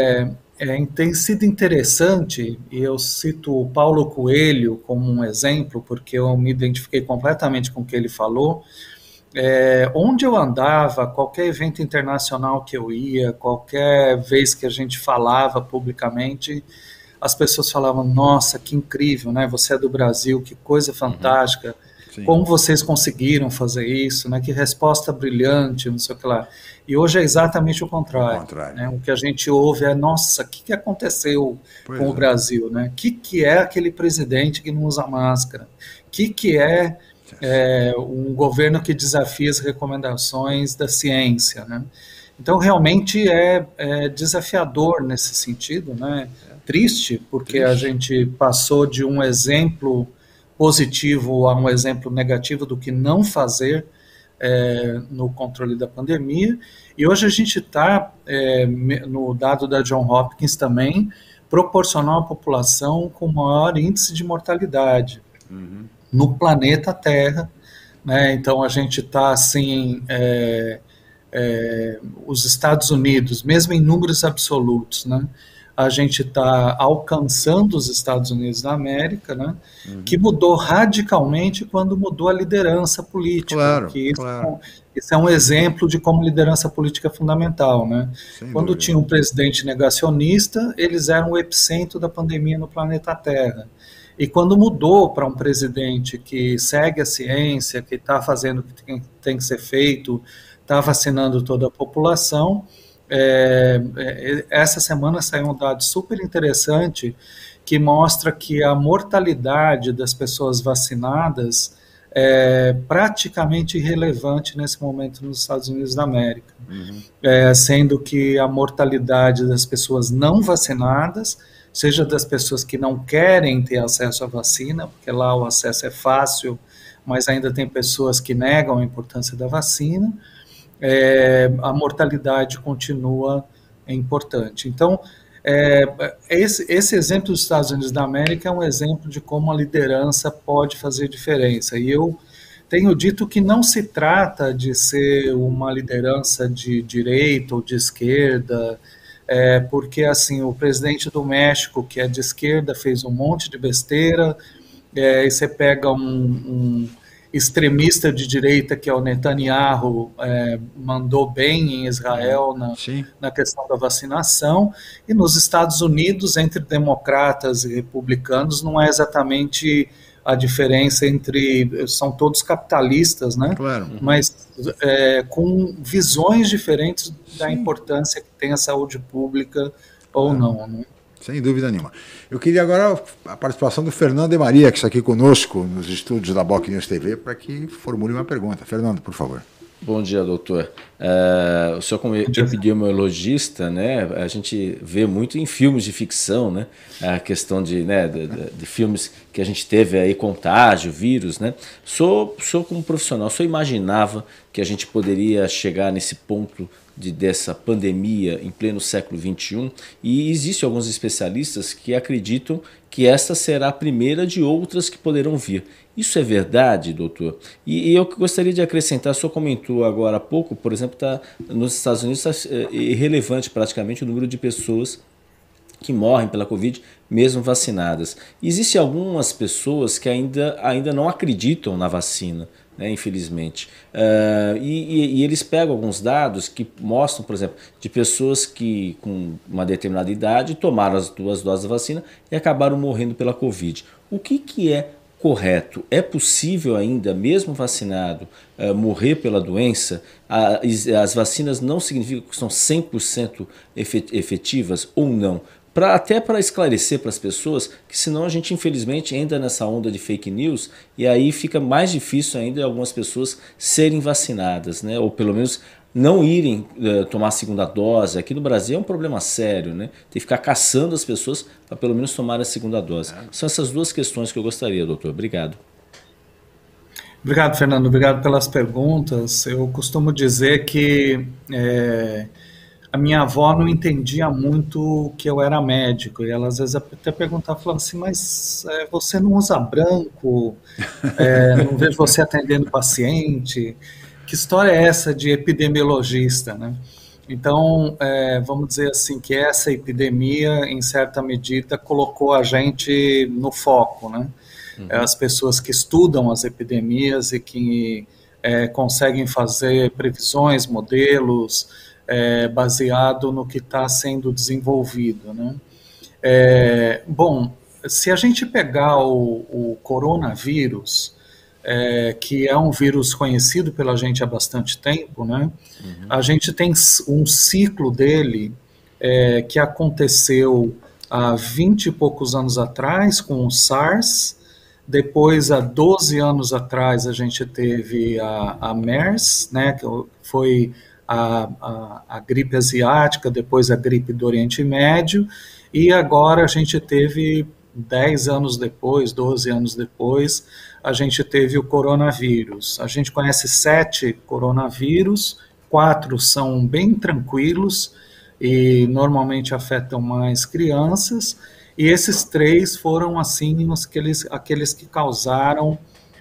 tem sido interessante, e eu cito o Paulo Coelho como um exemplo, porque eu me identifiquei completamente com o que ele falou. Onde eu andava, qualquer evento internacional que eu ia, qualquer vez que a gente falava publicamente, as pessoas falavam, nossa, que incrível, né? Você é do Brasil, que coisa fantástica, como vocês conseguiram fazer isso, né? Que resposta brilhante, não sei o que lá. E hoje é exatamente o contrário. Né? O que a gente ouve é, nossa, o que aconteceu com o Brasil? Né? O que é aquele presidente que não usa máscara? O que é um governo que desafia as recomendações da ciência, né? Então, realmente é desafiador nesse sentido, né? Triste, porque a gente passou de um exemplo positivo a um exemplo negativo do que não fazer no controle da pandemia, e hoje a gente está, no dado da Johns Hopkins também, proporcional à população com maior índice de mortalidade. No planeta Terra, né? Então a gente está assim, os Estados Unidos, mesmo em números absolutos, né? A gente está alcançando os Estados Unidos da América, né? Que mudou radicalmente quando mudou a liderança política. Isso é um exemplo de como liderança política é fundamental, né? Quando tinha um presidente negacionista, eles eram o epicentro da pandemia no planeta Terra. E quando mudou para um presidente que segue a ciência, que está fazendo o que tem que ser feito, está vacinando toda a população, essa semana saiu um dado super interessante que mostra que a mortalidade das pessoas vacinadas é praticamente irrelevante nesse momento nos Estados Unidos da América, sendo que a mortalidade das pessoas não vacinadas, seja das pessoas que não querem ter acesso à vacina, porque lá o acesso é fácil, mas ainda tem pessoas que negam a importância da vacina, a mortalidade continua importante. Então, esse exemplo dos Estados Unidos da América é um exemplo de como a liderança pode fazer diferença. E eu tenho dito que não se trata de ser uma liderança de direita ou de esquerda, porque assim, o presidente do México, que é de esquerda, fez um monte de besteira, e você pega extremista de direita, que é o Netanyahu, mandou bem em Israel na questão da vacinação, e nos Estados Unidos, entre democratas e republicanos, não é exatamente a diferença entre... São todos capitalistas, né? Claro. Mas com visões diferentes da importância que tem a saúde pública ou não, né? Sem dúvida nenhuma. Eu queria agora a participação do Fernando de Maria, que está aqui conosco nos estúdios da Boc News TV, para que formule uma pergunta. Fernando, por favor. Bom dia, doutor. O senhor, como epidemiologista, né, a gente vê muito em filmes de ficção, né, a questão de filmes que a gente teve aí, contágio, vírus, né. Sou como profissional, só imaginava que a gente poderia chegar nesse ponto dessa pandemia em pleno século XXI, e existem alguns especialistas que acreditam que esta será a primeira de outras que poderão vir. Isso é verdade, doutor? E eu gostaria de acrescentar, o senhor comentou agora há pouco, por exemplo, nos Estados Unidos está irrelevante praticamente o número de pessoas que morrem pela Covid, mesmo vacinadas. Existem algumas pessoas que ainda não acreditam na vacina, né, infelizmente. E eles pegam alguns dados que mostram, por exemplo, de pessoas que com uma determinada idade tomaram as 2 doses da vacina e acabaram morrendo pela Covid. O que é correto? É possível ainda, mesmo vacinado, morrer pela doença? As vacinas não significam que são 100% efetivas ou não? Até para esclarecer para as pessoas que senão a gente infelizmente entra nessa onda de fake news e aí fica mais difícil ainda algumas pessoas serem vacinadas, né? Ou pelo menos não irem tomar a segunda dose. Aqui no Brasil é um problema sério, né? Tem que ficar caçando as pessoas para pelo menos tomar a segunda dose. São essas duas questões que eu gostaria, doutor. Obrigado. Obrigado, Fernando. Obrigado pelas perguntas. Eu costumo dizer que a minha avó não entendia muito que eu era médico, e ela às vezes até perguntava, falava assim, mas você não usa branco, não vejo você atendendo paciente, que história é essa de epidemiologista, né? Então, vamos dizer assim, que essa epidemia, em certa medida, colocou a gente no foco, né? As pessoas que estudam as epidemias e que conseguem fazer previsões, modelos, baseado no que está sendo desenvolvido, né? Bom, se a gente pegar o coronavírus, que é um vírus conhecido pela gente há bastante tempo, né? A gente tem um ciclo dele que aconteceu há 20 e poucos anos atrás com o SARS, depois há 12 anos atrás a gente teve a MERS, né? Que foi a gripe asiática, depois a gripe do Oriente Médio, e agora a gente teve 10 anos depois, 12 anos depois, a gente teve o coronavírus. A gente conhece 7 coronavírus, 4 são bem tranquilos e normalmente afetam mais crianças, e esses 3 foram assim aqueles que causaram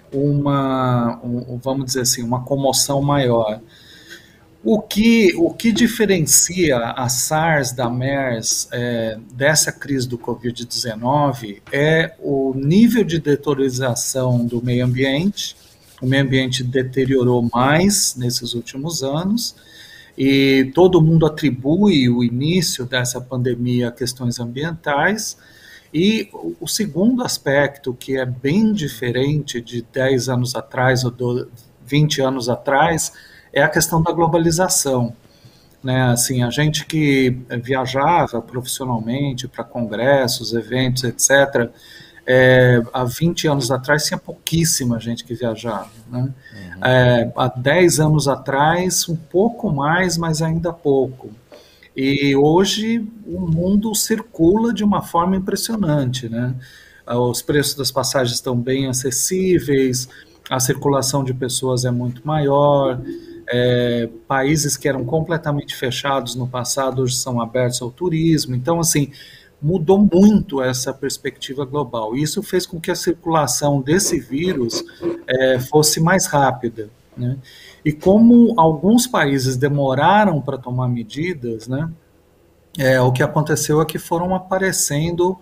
vamos dizer assim, uma comoção maior. O que diferencia a SARS da MERS dessa crise do Covid-19 é o nível de deteriorização do meio ambiente. O meio ambiente deteriorou mais nesses últimos anos e todo mundo atribui o início dessa pandemia a questões ambientais. E o segundo aspecto, que é bem diferente de 10 anos atrás ou 20 anos atrás, é a questão da globalização, né? Assim, a gente que viajava profissionalmente para congressos, eventos, etc., há 20 anos atrás tinha pouquíssima gente que viajava, né? Há 10 anos atrás, um pouco mais, mas ainda pouco. E hoje o mundo circula de uma forma impressionante, né? Os preços das passagens estão bem acessíveis, a circulação de pessoas é muito maior, países que eram completamente fechados no passado hoje são abertos ao turismo. Então, assim, mudou muito essa perspectiva global. Isso fez com que a circulação desse vírus fosse mais rápida, né? E como alguns países demoraram para tomar medidas, né, o que aconteceu é que foram aparecendo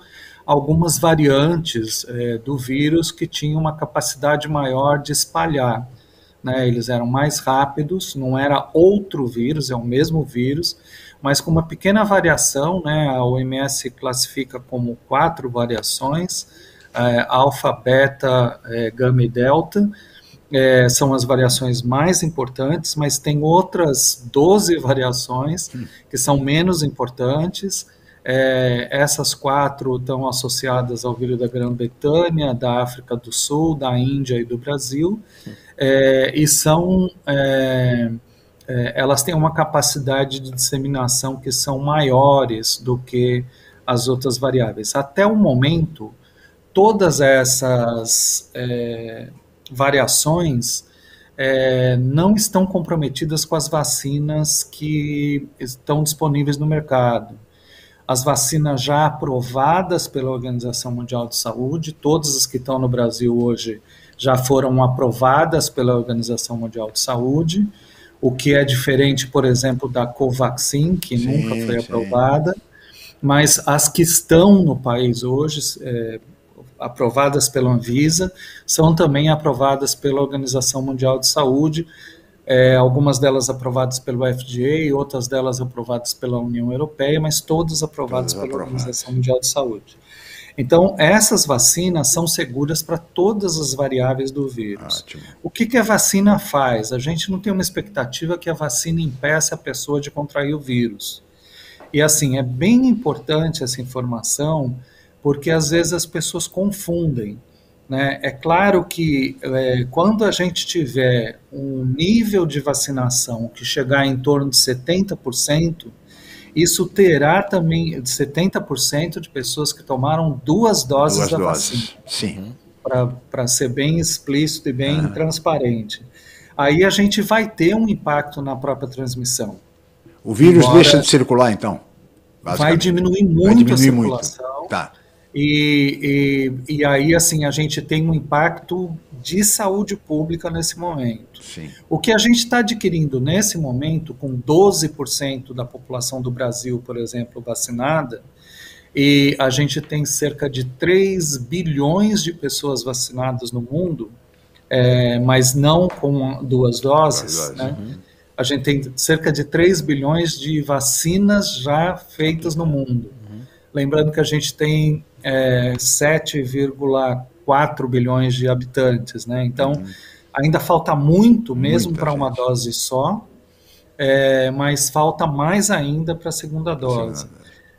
algumas variantes do vírus que tinham uma capacidade maior de espalhar, né? Eles eram mais rápidos, não era outro vírus, é o mesmo vírus, mas com uma pequena variação, né? A OMS classifica como 4 variações, alfa, beta, gama e delta, são as variações mais importantes, mas tem outras 12 variações que são menos importantes. Essas 4 estão associadas ao vírus da Grã-Bretanha, da África do Sul, da Índia e do Brasil, e são, elas têm uma capacidade de disseminação que são maiores do que as outras variáveis. Até o momento, todas essas variações não estão comprometidas com as vacinas que estão disponíveis no mercado. As vacinas já aprovadas pela Organização Mundial de Saúde, todas as que estão no Brasil hoje já foram aprovadas pela Organização Mundial de Saúde, o que é diferente, por exemplo, da Covaxin, que nunca foi aprovada, mas as que estão no país hoje, aprovadas pela Anvisa, são também aprovadas pela Organização Mundial de Saúde, algumas delas aprovadas pelo FDA, outras delas aprovadas pela União Europeia, mas todas aprovadas pela Organização Mundial de Saúde. Então, essas vacinas são seguras para todas as variáveis do vírus. Ótimo. O que a vacina faz? A gente não tem uma expectativa que a vacina impeça a pessoa de contrair o vírus. E assim, é bem importante essa informação, porque às vezes as pessoas confundem, né? É claro que quando a gente tiver um nível de vacinação que chegar em torno de 70%, isso terá também 70% de pessoas que tomaram 2 doses da vacina. Sim. Para ser bem explícito e bem transparente. Aí a gente vai ter um impacto na própria transmissão. O vírus deixa de circular, então? Vai diminuir muito a circulação. Muito. Tá. E aí, assim, a gente tem um impacto de saúde pública nesse momento. Sim. O que a gente está adquirindo nesse momento, com 12% da população do Brasil, por exemplo, vacinada, e a gente tem cerca de 3 bilhões de pessoas vacinadas no mundo, mas não com 2 doses, né? A gente tem cerca de 3 bilhões de vacinas já feitas no mundo. Lembrando que a gente tem 7,4 bilhões de habitantes, né? Então, ainda falta muito mesmo para uma dose só, mas falta mais ainda para a segunda dose.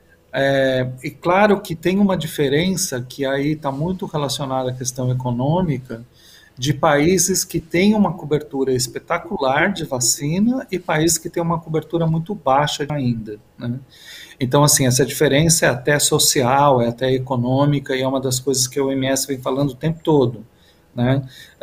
E claro que tem uma diferença que aí está muito relacionada à questão econômica, de países que têm uma cobertura espetacular de vacina e países que têm uma cobertura muito baixa ainda, né? Então, assim, essa diferença é até social, é até econômica, e é uma das coisas que a OMS vem falando o tempo todo, né?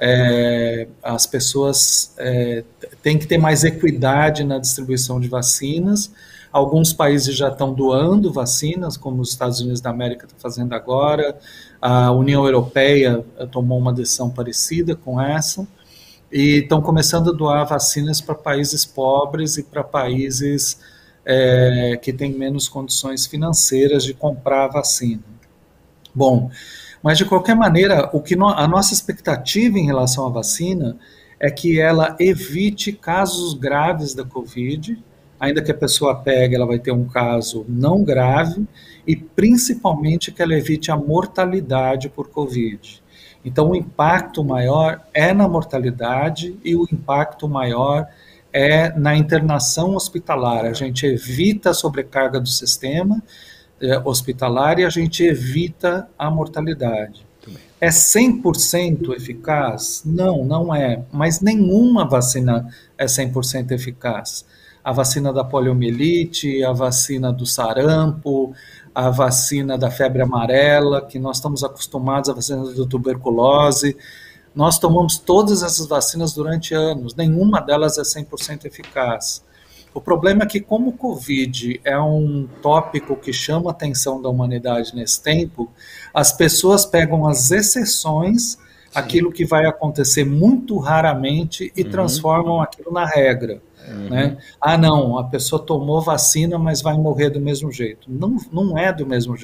As pessoas têm que ter mais equidade na distribuição de vacinas. Alguns países já estão doando vacinas, como os Estados Unidos da América está fazendo agora. A União Europeia tomou uma decisão parecida com essa, e estão começando a doar vacinas para países pobres e para países que têm menos condições financeiras de comprar a vacina. Bom, mas de qualquer maneira, a nossa expectativa em relação à vacina é que ela evite casos graves da Covid. Ainda que a pessoa pegue, ela vai ter um caso não grave, e principalmente que ela evite a mortalidade por Covid. Então, o impacto maior é na mortalidade e o impacto maior é na internação hospitalar. A gente evita a sobrecarga do sistema hospitalar e a gente evita a mortalidade. É 100% eficaz? Não, não é. Mas nenhuma vacina é 100% eficaz. A vacina da poliomielite, a vacina do sarampo, a vacina da febre amarela, que nós estamos acostumados, a vacina da tuberculose. Nós tomamos todas essas vacinas durante anos, nenhuma delas é 100% eficaz. O problema é que, como o Covid é um tópico que chama a atenção da humanidade nesse tempo, as pessoas pegam as exceções, aquilo que vai acontecer muito raramente, e transformam aquilo na regra. Né? Não, a pessoa tomou vacina, mas vai morrer do mesmo jeito. Não, não é do mesmo jeito.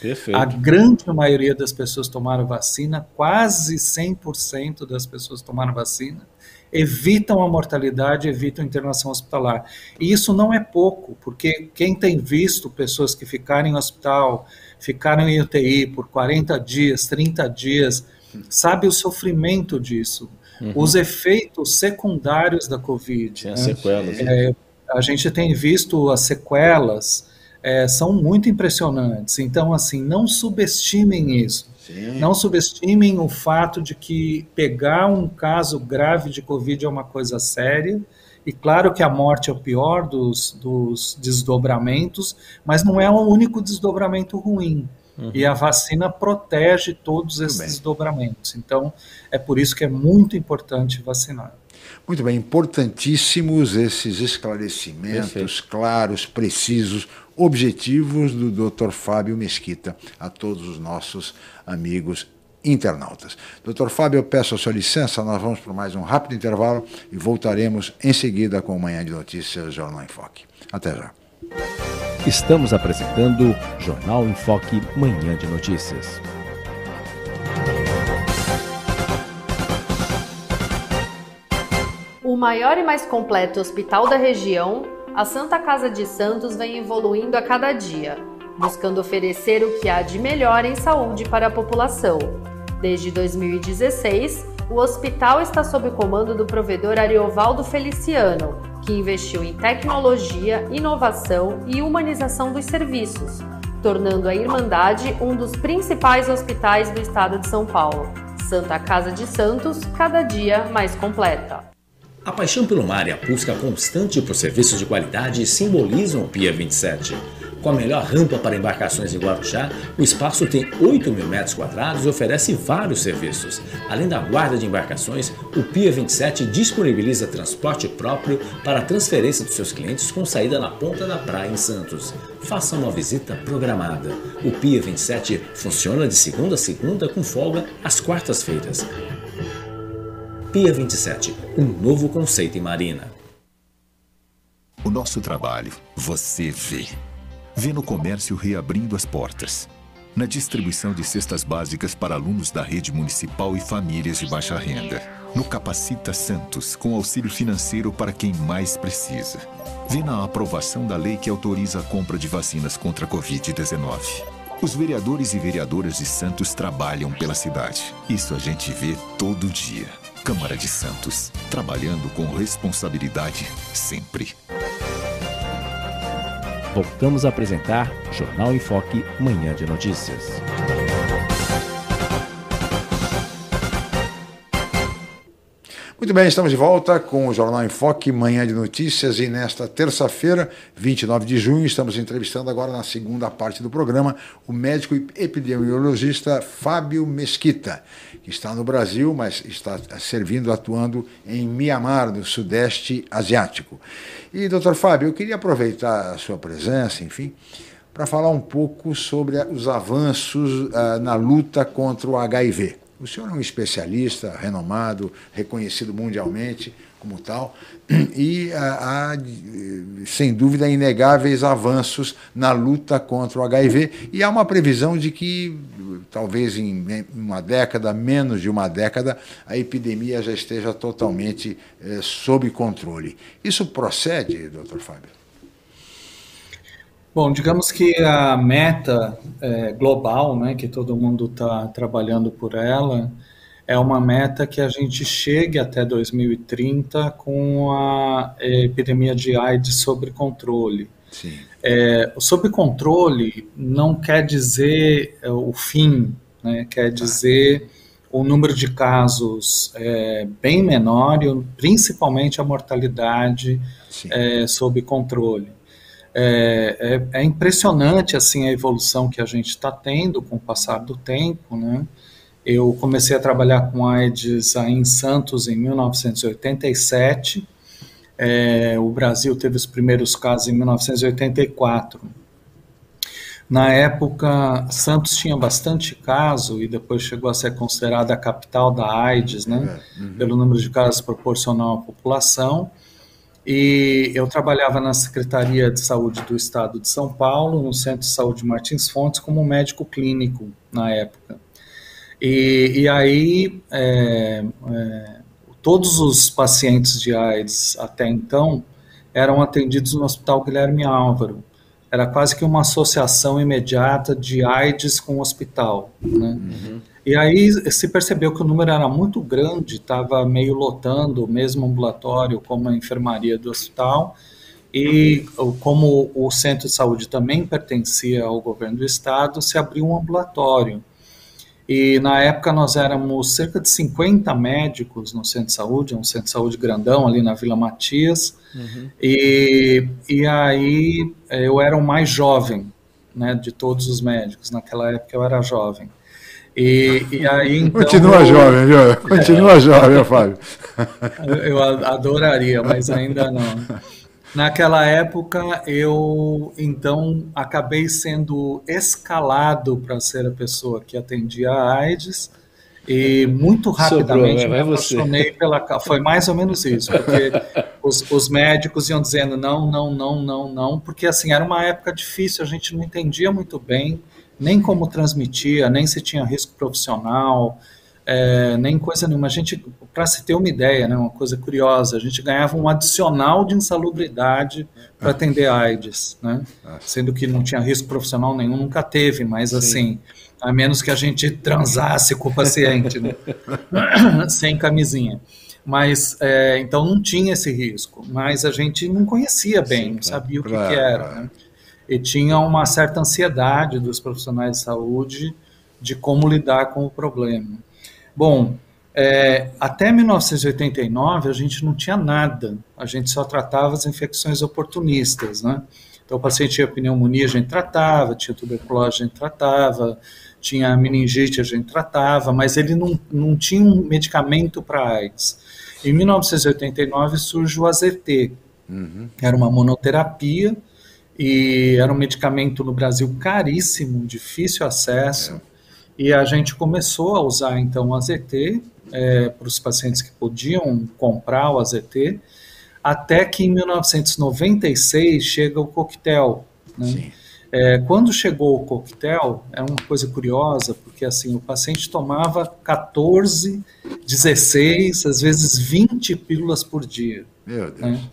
Perfeito. A grande maioria das pessoas tomaram vacina, quase 100% das pessoas tomaram vacina, evitam a mortalidade, evitam a internação hospitalar. E isso não é pouco, porque quem tem visto pessoas que ficaram em hospital, ficaram em UTI por 40 dias, 30 dias, sabe o sofrimento disso, os efeitos secundários da Covid. Tinha sequelas. A gente tem visto as sequelas, são muito impressionantes. Então, assim, não subestimem isso. Sim. Não subestimem o fato de que pegar um caso grave de Covid é uma coisa séria, e claro que a morte é o pior dos desdobramentos, mas não é o único desdobramento ruim. E a vacina protege todos esses desdobramentos. Então, é por isso que é muito importante vacinar. Muito bem, importantíssimos esses esclarecimentos claros, precisos, objetivos do Dr. Fábio Mesquita a todos os nossos amigos internautas. Dr. Fábio, eu peço a sua licença, nós vamos para mais um rápido intervalo e voltaremos em seguida com o Manhã de Notícias Jornal em Foque. Até já. Estamos apresentando Jornal em Foque Manhã de Notícias. O maior e mais completo hospital da região, a Santa Casa de Santos vem evoluindo a cada dia, buscando oferecer o que há de melhor em saúde para a população. Desde 2016, o hospital está sob o comando do provedor Ariovaldo Feliciano, que investiu em tecnologia, inovação e humanização dos serviços, tornando a Irmandade um dos principais hospitais do estado de São Paulo. Santa Casa de Santos, cada dia mais completa. A paixão pelo mar e a busca constante por serviços de qualidade simbolizam o Pia 27. Com a melhor rampa para embarcações em Guarujá, o espaço tem 8.000 metros quadrados e oferece vários serviços. Além da guarda de embarcações, o Pia 27 disponibiliza transporte próprio para a transferência dos seus clientes com saída na ponta da praia em Santos. Faça uma visita programada. O Pia 27 funciona de segunda a segunda com folga às quartas-feiras. Pia 27, um novo conceito em marina. O nosso trabalho, você vê. Vê no comércio reabrindo as portas. Na distribuição de cestas básicas para alunos da rede municipal e famílias de baixa renda. No Capacita Santos, com auxílio financeiro para quem mais precisa. Vê na aprovação da lei que autoriza a compra de vacinas contra a Covid-19. Os vereadores e vereadoras de Santos trabalham pela cidade. Isso a gente vê todo dia. Câmara de Santos, trabalhando com responsabilidade sempre. Voltamos a apresentar Jornal em Foque Manhã de Notícias. Muito bem, estamos de volta com o Jornal em Foque, Manhã de Notícias, e nesta terça-feira, 29 de junho, estamos entrevistando agora na segunda parte do programa o médico epidemiologista Fábio Mesquita, que está no Brasil, mas está atuando em Mianmar, no Sudeste Asiático. E, doutor Fábio, eu queria aproveitar a sua presença, enfim, para falar um pouco sobre os avanços na luta contra o HIV. O senhor é um especialista renomado, reconhecido mundialmente como tal, e há, sem dúvida, inegáveis avanços na luta contra o HIV, e há uma previsão de que, talvez em uma década, menos de uma década, a epidemia já esteja totalmente sob controle. Isso procede, doutor Fábio? Bom, digamos que a meta global, né, que todo mundo está trabalhando por ela, é uma meta que a gente chegue até 2030 com a epidemia de AIDS sob controle. Sim. Sob controle não quer dizer o fim, né, quer dizer o número de casos bem menor e principalmente a mortalidade sob controle. É impressionante assim, a evolução que a gente está tendo com o passar do tempo, né? Eu comecei a trabalhar com AIDS aí em Santos em 1987, o Brasil teve os primeiros casos em 1984. Na época, Santos tinha bastante caso e depois chegou a ser considerada a capital da AIDS, né? Pelo número de casos proporcional à população. E eu trabalhava na Secretaria de Saúde do Estado de São Paulo, no Centro de Saúde Martins Fontes, como médico clínico na época. E aí, todos os pacientes de AIDS até então eram atendidos no Hospital Guilherme Álvaro. Era quase que uma associação imediata de AIDS com o hospital, né? E aí se percebeu que o número era muito grande, estava meio lotando o mesmo ambulatório como a enfermaria do hospital, e como o centro de saúde também pertencia ao governo do estado, se abriu um ambulatório. E na época nós éramos cerca de 50 médicos no centro de saúde, um centro de saúde grandão ali na Vila Matias, e aí eu era o mais jovem, né, de todos os médicos, naquela época eu era jovem. E aí, então, continua jovem, viu? Continua jovem, Fábio. Eu adoraria, mas ainda não. Naquela época, eu, então, acabei sendo escalado para ser a pessoa que atendia a AIDS, e muito rapidamente me apaixonei pela... Foi mais ou menos isso, porque os médicos iam dizendo não, porque assim, era uma época difícil, a gente não entendia muito bem nem como transmitia, nem se tinha risco profissional, nem coisa nenhuma. A gente, para se ter uma ideia, né, uma coisa curiosa, a gente ganhava um adicional de insalubridade para atender AIDS, né? Sendo que não tinha risco profissional nenhum, nunca teve, mas assim, a menos que a gente transasse com o paciente, né? Sem camisinha. Mas, então não tinha esse risco, mas a gente não conhecia bem, não sabia o que era, né? E tinha uma certa ansiedade dos profissionais de saúde de como lidar com o problema. Bom, até 1989 a gente não tinha nada, a gente só tratava as infecções oportunistas, né? Então o paciente tinha pneumonia, a gente tratava, tinha tuberculose, a gente tratava, tinha meningite, a gente tratava, mas ele não tinha um medicamento para AIDS. Em 1989 surge o AZT, era uma monoterapia, e era um medicamento no Brasil caríssimo, difícil acesso, e a gente começou a usar então o AZT para os pacientes que podiam comprar o AZT, até que em 1996 chega o coquetel, né? Quando chegou o coquetel, é uma coisa curiosa, porque assim, o paciente tomava 14, 16, às vezes 20 pílulas por dia. Meu Deus. Né?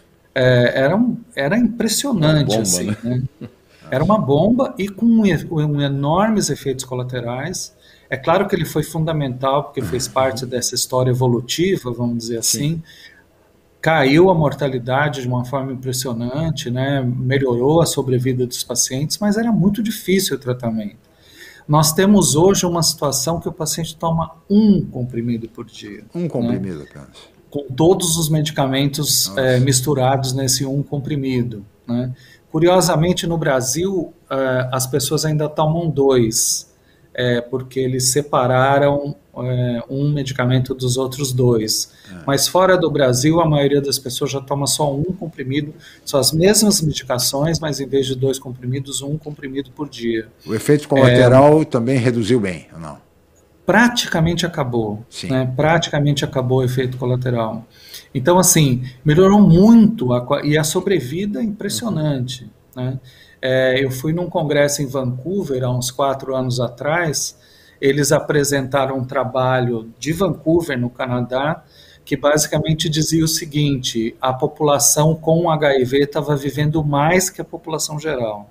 Era impressionante, bomba, assim, né? Era uma bomba e com enormes efeitos colaterais. É claro que ele foi fundamental, porque fez parte dessa história evolutiva, vamos dizer assim. Caiu a mortalidade de uma forma impressionante, né? Melhorou a sobrevida dos pacientes, mas era muito difícil o tratamento. Nós temos hoje uma situação que o paciente toma um comprimido por dia. Um comprimido, né? Apenas. Com todos os medicamentos misturados nesse um comprimido, né? Curiosamente, no Brasil, as pessoas ainda tomam dois, porque eles separaram um medicamento dos outros dois. Mas fora do Brasil, a maioria das pessoas já toma só um comprimido, são as mesmas medicações, mas em vez de 2 comprimidos, 1 comprimido por dia. O efeito colateral também reduziu bem, ou não? Praticamente acabou, né? Praticamente acabou o efeito colateral. Então, assim, melhorou muito e a sobrevida é impressionante, né? Eu fui num congresso em Vancouver há uns 4 anos atrás, eles apresentaram um trabalho de Vancouver, no Canadá, que basicamente dizia o seguinte: a população com HIV estava vivendo mais que a população geral.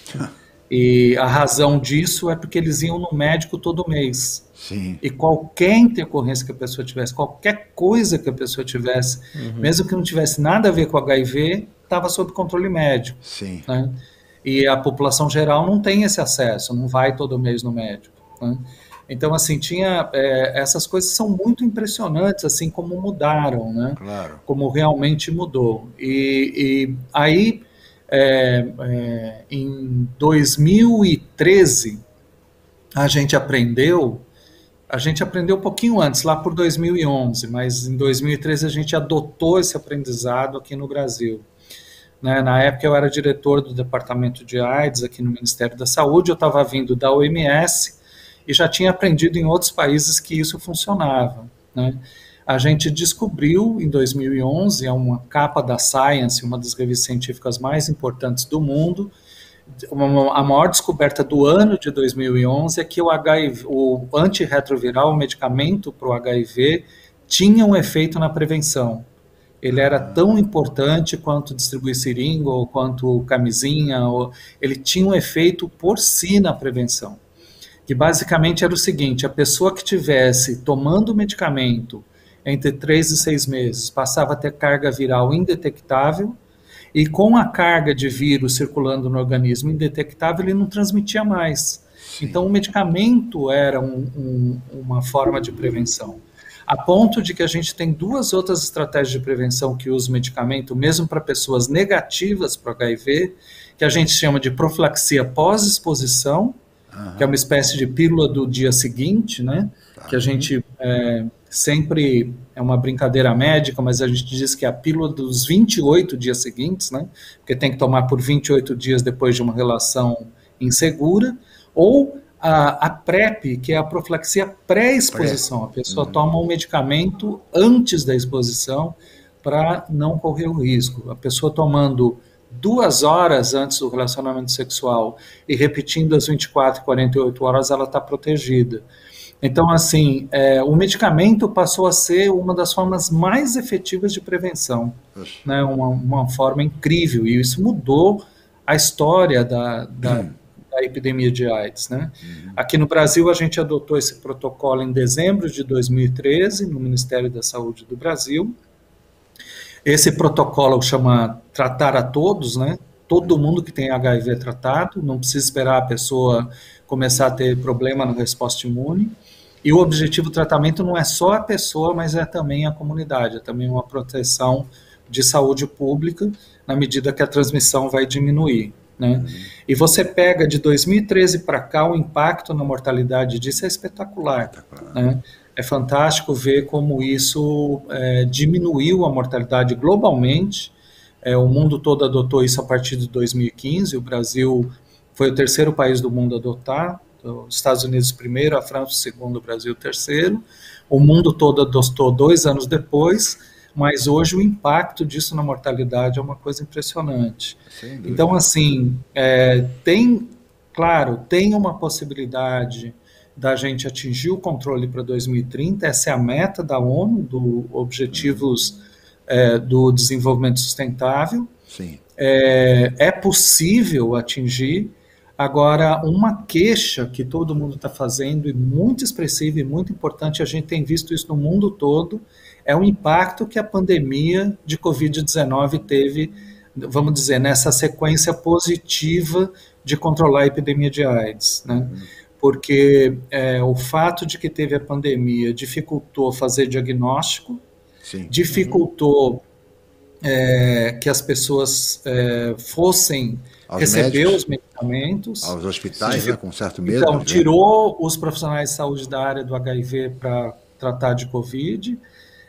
E a razão disso é porque eles iam no médico todo mês. Sim. E qualquer intercorrência que a pessoa tivesse, qualquer coisa que a pessoa tivesse, mesmo que não tivesse nada a ver com HIV, estava sob controle médico. Sim. Né? E a população geral não tem esse acesso, não vai todo mês no médico. Né? Então, assim, essas coisas são muito impressionantes, assim, como mudaram, né? Claro. Como realmente mudou. E aí... em 2013 a gente aprendeu um pouquinho antes, lá por 2011, mas em 2013 a gente adotou esse aprendizado aqui no Brasil, né? Na época eu era diretor do departamento de AIDS aqui no Ministério da Saúde, eu estava vindo da OMS e já tinha aprendido em outros países que isso funcionava, né? a gente descobriu em 2011, é uma capa da Science, uma das revistas científicas mais importantes do mundo, a maior descoberta do ano de 2011 é que o HIV, o antirretroviral, o medicamento para o HIV, tinha um efeito na prevenção. Ele era tão importante quanto distribuir seringa ou quanto camisinha, ele tinha um efeito por si na prevenção. Que basicamente era o seguinte: a pessoa que tivesse tomando o medicamento entre 3 e 6 meses passava a ter carga viral indetectável, e com a carga de vírus circulando no organismo indetectável, ele não transmitia mais. Sim. Então o medicamento era uma forma de prevenção. A ponto de que a gente tem 2 outras estratégias de prevenção que usam medicamento, mesmo para pessoas negativas para o HIV, que a gente chama de profilaxia pós-exposição, que é uma espécie de pílula do dia seguinte, né? Que a gente sempre, é uma brincadeira médica, mas a gente diz que é a pílula dos 28 dias seguintes, né? Porque tem que tomar por 28 dias depois de uma relação insegura, ou a PrEP, que é a profilaxia pré-exposição. A pessoa toma um medicamento antes da exposição para não correr o risco. A pessoa tomando 2 horas antes do relacionamento sexual e repetindo as 24 e 48 horas, ela está protegida. Então, assim, o medicamento passou a ser uma das formas mais efetivas de prevenção, né? Uma forma incrível, e isso mudou a história da epidemia de AIDS, né? Aqui no Brasil, a gente adotou esse protocolo em dezembro de 2013, no Ministério da Saúde do Brasil. Esse protocolo chama Tratar a Todos, né? Todo mundo que tem HIV é tratado, não precisa esperar a pessoa começar a ter problema na resposta imune. E o objetivo do tratamento não é só a pessoa, mas é também a comunidade, é também uma proteção de saúde pública, na medida que a transmissão vai diminuir, né? E você pega de 2013 para cá, o impacto na mortalidade disso é espetacular, né? É fantástico ver como isso diminuiu a mortalidade globalmente. O mundo todo adotou isso a partir de 2015, o Brasil foi o 3º país do mundo a adotar, os Estados Unidos primeiro, a França o segundo, o Brasil o terceiro. O mundo todo adotou 2 anos depois, mas hoje o impacto disso na mortalidade é uma coisa impressionante. Então, assim, tem uma possibilidade da gente atingir o controle para 2030, essa é a meta da ONU, do Objetivos do Desenvolvimento Sustentável. Sim. É possível atingir. Agora, uma queixa que todo mundo está fazendo, e muito expressiva e muito importante, a gente tem visto isso no mundo todo, é o impacto que a pandemia de Covid-19 teve, vamos dizer, nessa sequência positiva de controlar a epidemia de AIDS, né? Porque o fato de que teve a pandemia dificultou fazer diagnóstico, Sim. Dificultou que as pessoas fossem receber os medicamentos. Aos hospitais, né, com certo medo. Então, tirou os profissionais de saúde da área do HIV para tratar de Covid.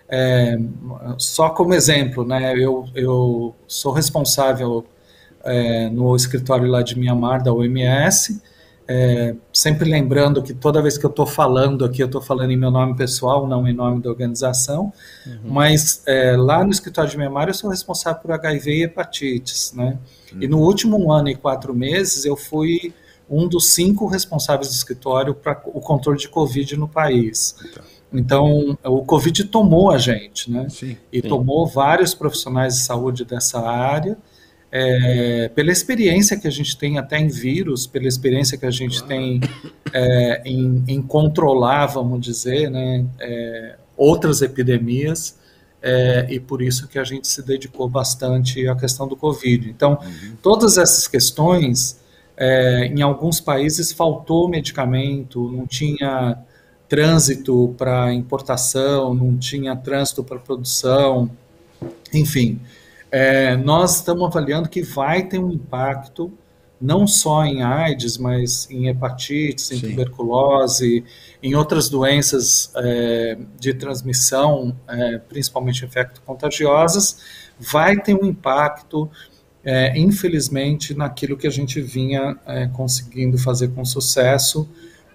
Só como exemplo, né, eu sou responsável no escritório lá de Mianmar, da OMS, sempre lembrando que toda vez que eu estou falando aqui, eu estou falando em meu nome pessoal, não em nome da organização, mas lá no escritório de Mianmar eu sou responsável por HIV e hepatites, né? E no último 1 ano e 4 meses eu fui um dos 5 responsáveis do escritório para o controle de Covid no país. Então, o Covid tomou a gente, né? Sim. E tomou vários profissionais de saúde dessa área, pela experiência que a gente tem até em vírus, pela experiência que a gente tem em controlar, vamos dizer, né, outras epidemias, e por isso que a gente se dedicou bastante à questão do Covid. Então, todas essas questões, em alguns países faltou medicamento, não tinha trânsito para importação, não tinha trânsito para produção, enfim. Nós estamos avaliando que vai ter um impacto não só em AIDS, mas em hepatites, em tuberculose, em outras doenças de transmissão, principalmente infecto-contagiosas, vai ter um impacto, infelizmente, naquilo que a gente vinha conseguindo fazer com sucesso,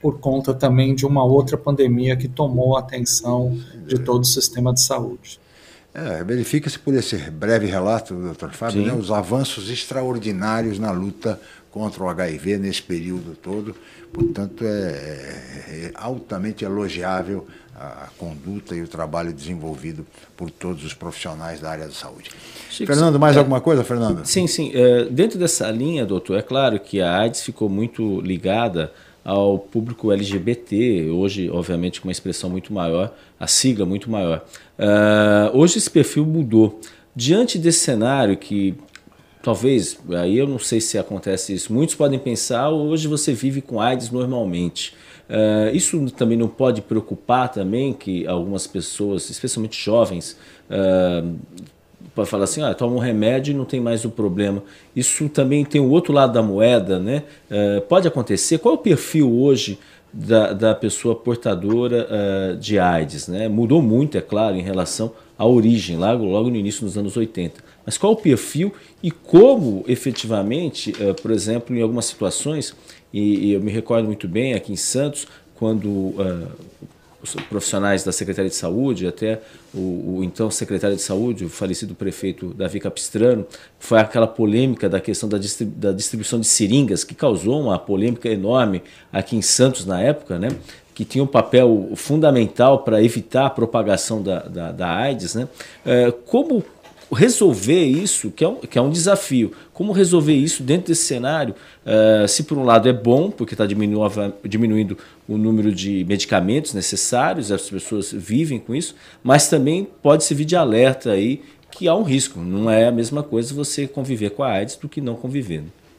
por conta também de uma outra pandemia que tomou a atenção de todo o sistema de saúde. Verifica-se por esse breve relato, doutor Fábio, né, os avanços extraordinários na luta contra o HIV nesse período todo. Portanto, é altamente elogiável a conduta e o trabalho desenvolvido por todos os profissionais da área da saúde. Chico, Fernando, mais alguma coisa, Fernando? Sim. Dentro dessa linha, doutor, é claro que a AIDS ficou muito ligada ao público LGBT, hoje, obviamente, com uma expressão muito maior, a sigla muito maior. Hoje esse perfil mudou. Diante desse cenário que, talvez, aí eu não sei se acontece isso, muitos podem pensar, hoje você vive com AIDS normalmente. Isso também não pode preocupar também que algumas pessoas, especialmente jovens, pode falar assim, toma um remédio e não tem mais o problema. Isso também tem o outro lado da moeda, né? Pode acontecer. Qual é o perfil hoje da pessoa portadora de AIDS, né? Mudou muito, é claro, em relação à origem, logo no início dos anos 80. Mas qual é o perfil e como efetivamente, por exemplo, em algumas situações, e eu me recordo muito bem aqui em Santos, quando os profissionais da Secretaria de Saúde, até o então secretário de Saúde, o falecido prefeito Davi Capistrano, foi aquela polêmica da questão da distribuição de seringas, que causou uma polêmica enorme aqui em Santos na época, né? Que tinha um papel fundamental para evitar a propagação da AIDS, né? Como resolver isso, que é um desafio, como resolver isso dentro desse cenário, se por um lado é bom, porque está diminuindo o número de medicamentos necessários, as pessoas vivem com isso, mas também pode servir de alerta aí que há um risco, não é a mesma coisa você conviver com a AIDS do que não conviver.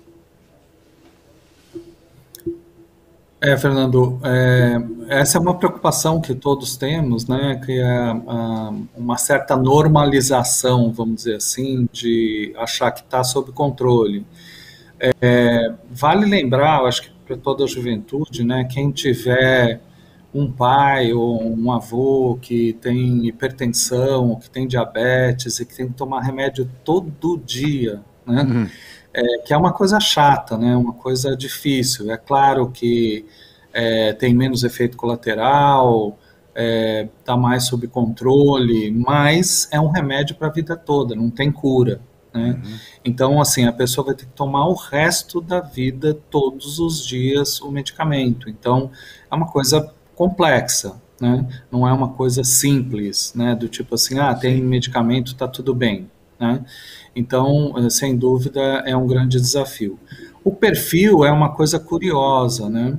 Fernando, essa é uma preocupação que todos temos, né, que é uma certa normalização, vamos dizer assim, de achar que está sob controle. Vale lembrar, eu acho que para toda a juventude, né, quem tiver um pai ou um avô que tem hipertensão, que tem diabetes e que tem que tomar remédio todo dia, né, que é uma coisa chata, né, uma coisa difícil. É claro que tem menos efeito colateral, está mais sob controle, mas é um remédio para a vida toda, não tem cura, né? Então, assim, a pessoa vai ter que tomar o resto da vida, todos os dias, o medicamento. Então, é uma coisa complexa, né? Não é uma coisa simples, né? Do tipo assim, tem medicamento, está tudo bem, né? Então, sem dúvida, é um grande desafio. O perfil é uma coisa curiosa, né?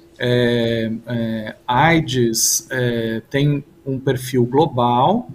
AIDS tem um perfil global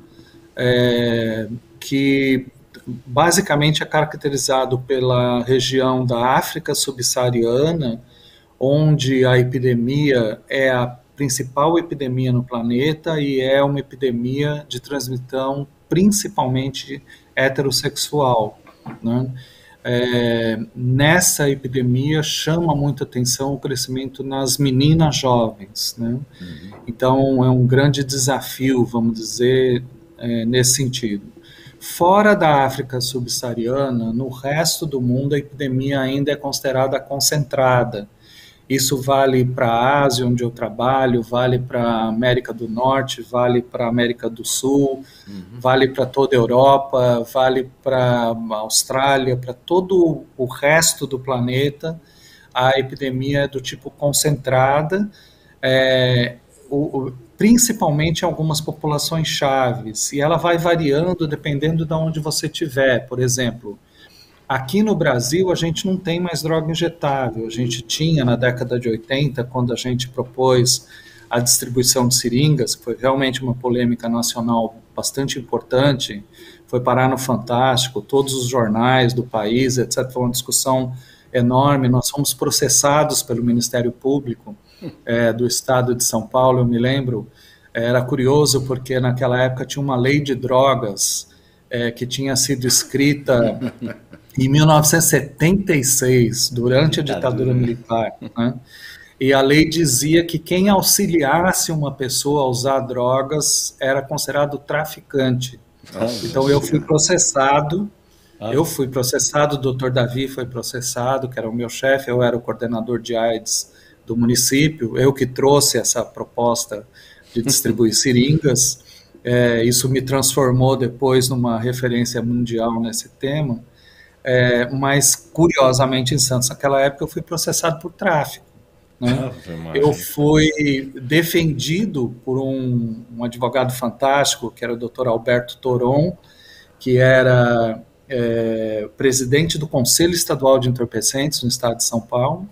que basicamente é caracterizado pela região da África subsaariana, onde a epidemia é a principal epidemia no planeta e é uma epidemia de transmissão principalmente heterossexual, né? Nessa epidemia chama muita atenção o crescimento nas meninas jovens, né? Então é um grande desafio, vamos dizer, nesse sentido. Fora da África subsaariana, no resto do mundo a epidemia ainda é considerada concentrada. Isso vale para a Ásia, onde eu trabalho, vale para a América do Norte, vale para a América do Sul, vale para toda a Europa, vale para a Austrália, para todo o resto do planeta. A epidemia é do tipo concentrada, principalmente em algumas populações chaves, e ela vai variando dependendo de onde você estiver. Por exemplo, aqui no Brasil, a gente não tem mais droga injetável. A gente tinha na década de 80, quando a gente propôs a distribuição de seringas, que foi realmente uma polêmica nacional bastante importante, foi parar no Fantástico, todos os jornais do país, etc. Foi uma discussão enorme. Nós fomos processados pelo Ministério Público do Estado de São Paulo, eu me lembro. Era curioso porque naquela época tinha uma lei de drogas que tinha sido escrita em 1976, durante a ditadura militar, né? E a lei dizia que quem auxiliasse uma pessoa a usar drogas era considerado traficante. Então eu fui processado, o Dr. Davi foi processado, que era o meu chefe, eu era o coordenador de AIDS do município, eu que trouxe essa proposta de distribuir seringas. Isso me transformou depois numa referência mundial nesse tema, mas curiosamente em Santos, naquela época eu fui processado por tráfico, né? Eu fui defendido por um advogado fantástico, que era o Dr. Alberto Toron, que era presidente do Conselho Estadual de Entorpecentes no estado de São Paulo,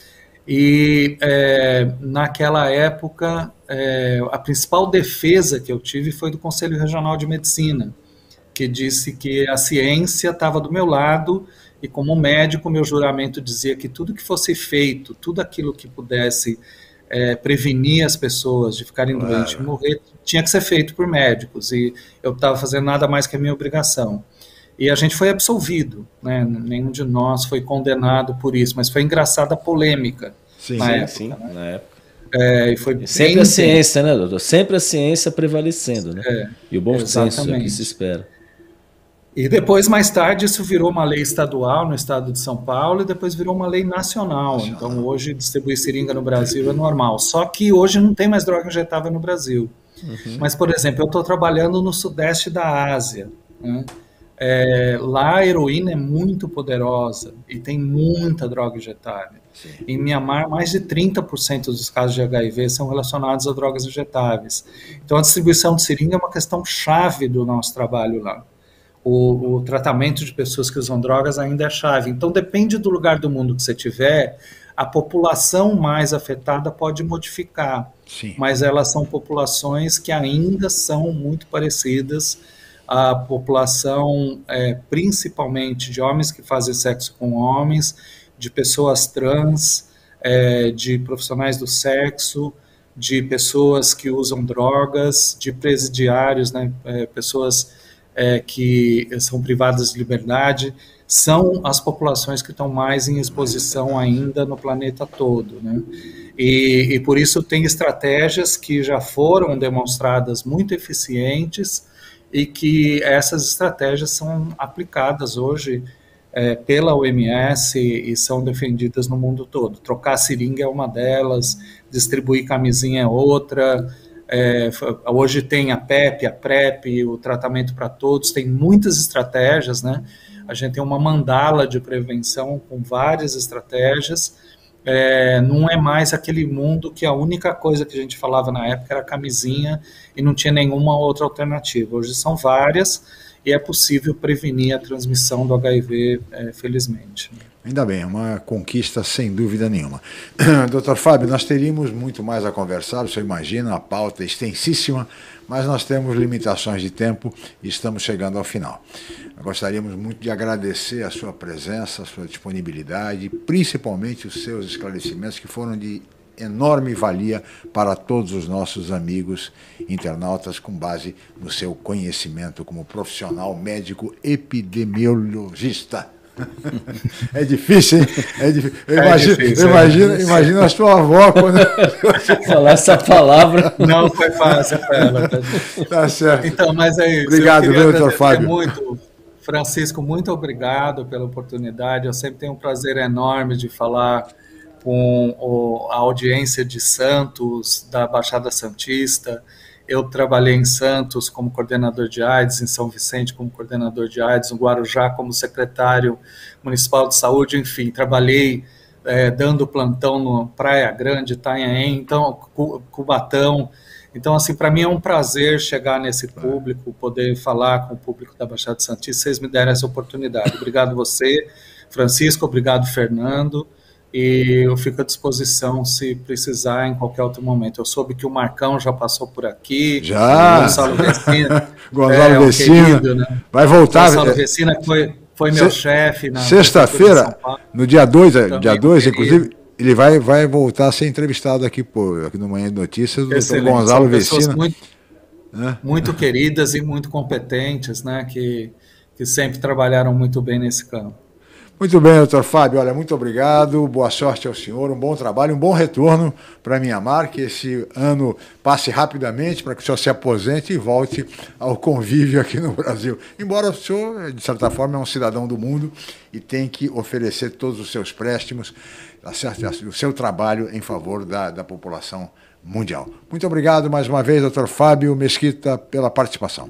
e naquela época a principal defesa que eu tive foi do Conselho Regional de Medicina, que disse que a ciência estava do meu lado, e como médico meu juramento dizia que tudo que fosse feito, tudo aquilo que pudesse prevenir as pessoas de ficarem doentes e morrer, tinha que ser feito por médicos, e eu estava fazendo nada mais que a minha obrigação. E a gente foi absolvido, né? Nenhum de nós foi condenado por isso, mas foi engraçada a polêmica na época. E foi sempre a ciência, né, doutor? Sempre a ciência prevalecendo, né? E o bom senso é que se espera. E depois, mais tarde, isso virou uma lei estadual no estado de São Paulo e depois virou uma lei nacional. Então, hoje, distribuir seringa no Brasil é normal. Só que hoje não tem mais droga injetável no Brasil. Mas, por exemplo, eu estou trabalhando no sudeste da Ásia, né? Lá a heroína é muito poderosa e tem muita droga injetável. Em Mianmar, mais de 30% dos casos de HIV são relacionados a drogas injetáveis. Então a distribuição de seringa é uma questão chave do nosso trabalho lá. O tratamento de pessoas que usam drogas ainda é chave. Então depende do lugar do mundo que você tiver, a população mais afetada pode modificar. Mas elas são populações que ainda são muito parecidas. A população, principalmente de homens que fazem sexo com homens, de pessoas trans, de profissionais do sexo, de pessoas que usam drogas, de presidiários, né, pessoas que são privadas de liberdade, são as populações que estão mais em exposição ainda no planeta todo, né? E por isso tem estratégias que já foram demonstradas muito eficientes, e que essas estratégias são aplicadas hoje pela OMS e são defendidas no mundo todo. Trocar seringa é uma delas, distribuir camisinha é outra, hoje tem a PEP, a PrEP, o tratamento para todos, tem muitas estratégias, né? A gente tem uma mandala de prevenção com várias estratégias. Não é mais aquele mundo que a única coisa que a gente falava na época era camisinha e não tinha nenhuma outra alternativa. Hoje são várias e é possível prevenir a transmissão do HIV, felizmente. Ainda bem, uma conquista sem dúvida nenhuma. Doutor Fábio, nós teríamos muito mais a conversar, você imagina, a pauta é extensíssima, mas nós temos limitações de tempo e estamos chegando ao final. Gostaríamos muito de agradecer a sua presença, a sua disponibilidade, principalmente os seus esclarecimentos que foram de enorme valia para todos os nossos amigos internautas com base no seu conhecimento como profissional médico epidemiologista. É difícil, hein? Imagina a sua avó quando falar essa palavra. Não foi fácil para ela. Tá certo. Então, mas é isso. Obrigado, doutor Fábio. Francisco, muito obrigado pela oportunidade. Eu sempre tenho um prazer enorme de falar com a audiência de Santos, da Baixada Santista. Eu trabalhei em Santos como coordenador de AIDS, em São Vicente como coordenador de AIDS, no Guarujá como secretário municipal de saúde, enfim, trabalhei dando plantão no Praia Grande, Itanhaém, então, Cubatão. Então, assim, para mim é um prazer chegar nesse público, poder falar com o público da Baixada Santista, vocês me deram essa oportunidade. Obrigado você, Francisco, obrigado, Fernando, e eu fico à disposição se precisar em qualquer outro momento. Eu soube que o Marcão já passou por aqui. Já! Gonçalo Vecina. Gonçalo Vecina. Querido, né? Vai voltar. Gonçalo Vecina foi meu chefe. Sexta-feira, no dia 2, inclusive, ele vai voltar a ser entrevistado aqui no Manhã de Notícias, do Dr. Gonçalo Vecina. Muito queridas e muito competentes, né, que sempre trabalharam muito bem nesse campo. Muito bem, doutor Fábio, olha, muito obrigado, boa sorte ao senhor, um bom trabalho, um bom retorno para Mianmar, que esse ano passe rapidamente para que o senhor se aposente e volte ao convívio aqui no Brasil. Embora o senhor, de certa forma, é um cidadão do mundo e tem que oferecer todos os seus préstimos, o seu trabalho em favor da população mundial. Muito obrigado mais uma vez, doutor Fábio Mesquita, pela participação.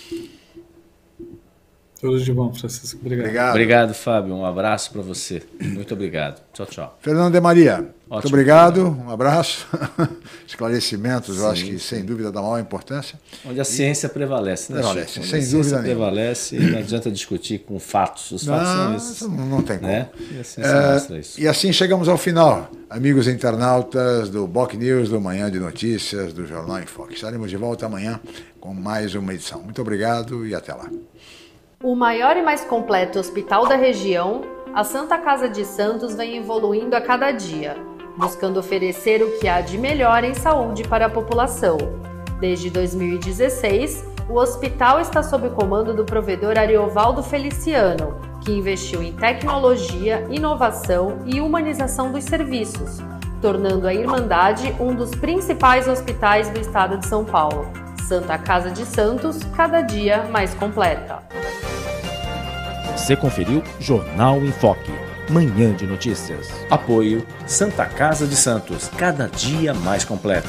Tudo de bom, Francisco. Obrigado. Obrigado, Fábio. Um abraço para você. Muito obrigado. Tchau, tchau. Fernando de Maria, Ótimo, muito obrigado. Fernando. Um abraço. Esclarecimentos, eu acho que, sem dúvida, da maior importância. Onde a ciência prevalece, né, prevalece, Chico? sem dúvida nenhuma. Prevalece e não adianta discutir com fatos. Os fatos são esses. Não tem como. Né? E a ciência mostra isso. E assim chegamos ao final, amigos internautas do BOC News, do Manhã de Notícias, do Jornal em Foque. Estaremos de volta amanhã com mais uma edição. Muito obrigado e até lá. O maior e mais completo hospital da região, a Santa Casa de Santos vem evoluindo a cada dia, buscando oferecer o que há de melhor em saúde para a população. Desde 2016, o hospital está sob o comando do provedor Ariovaldo Feliciano, que investiu em tecnologia, inovação e humanização dos serviços, tornando a Irmandade um dos principais hospitais do estado de São Paulo. Santa Casa de Santos, cada dia mais completa. Você conferiu Jornal em Foque, Manhã de Notícias. Apoio Santa Casa de Santos, cada dia mais completo.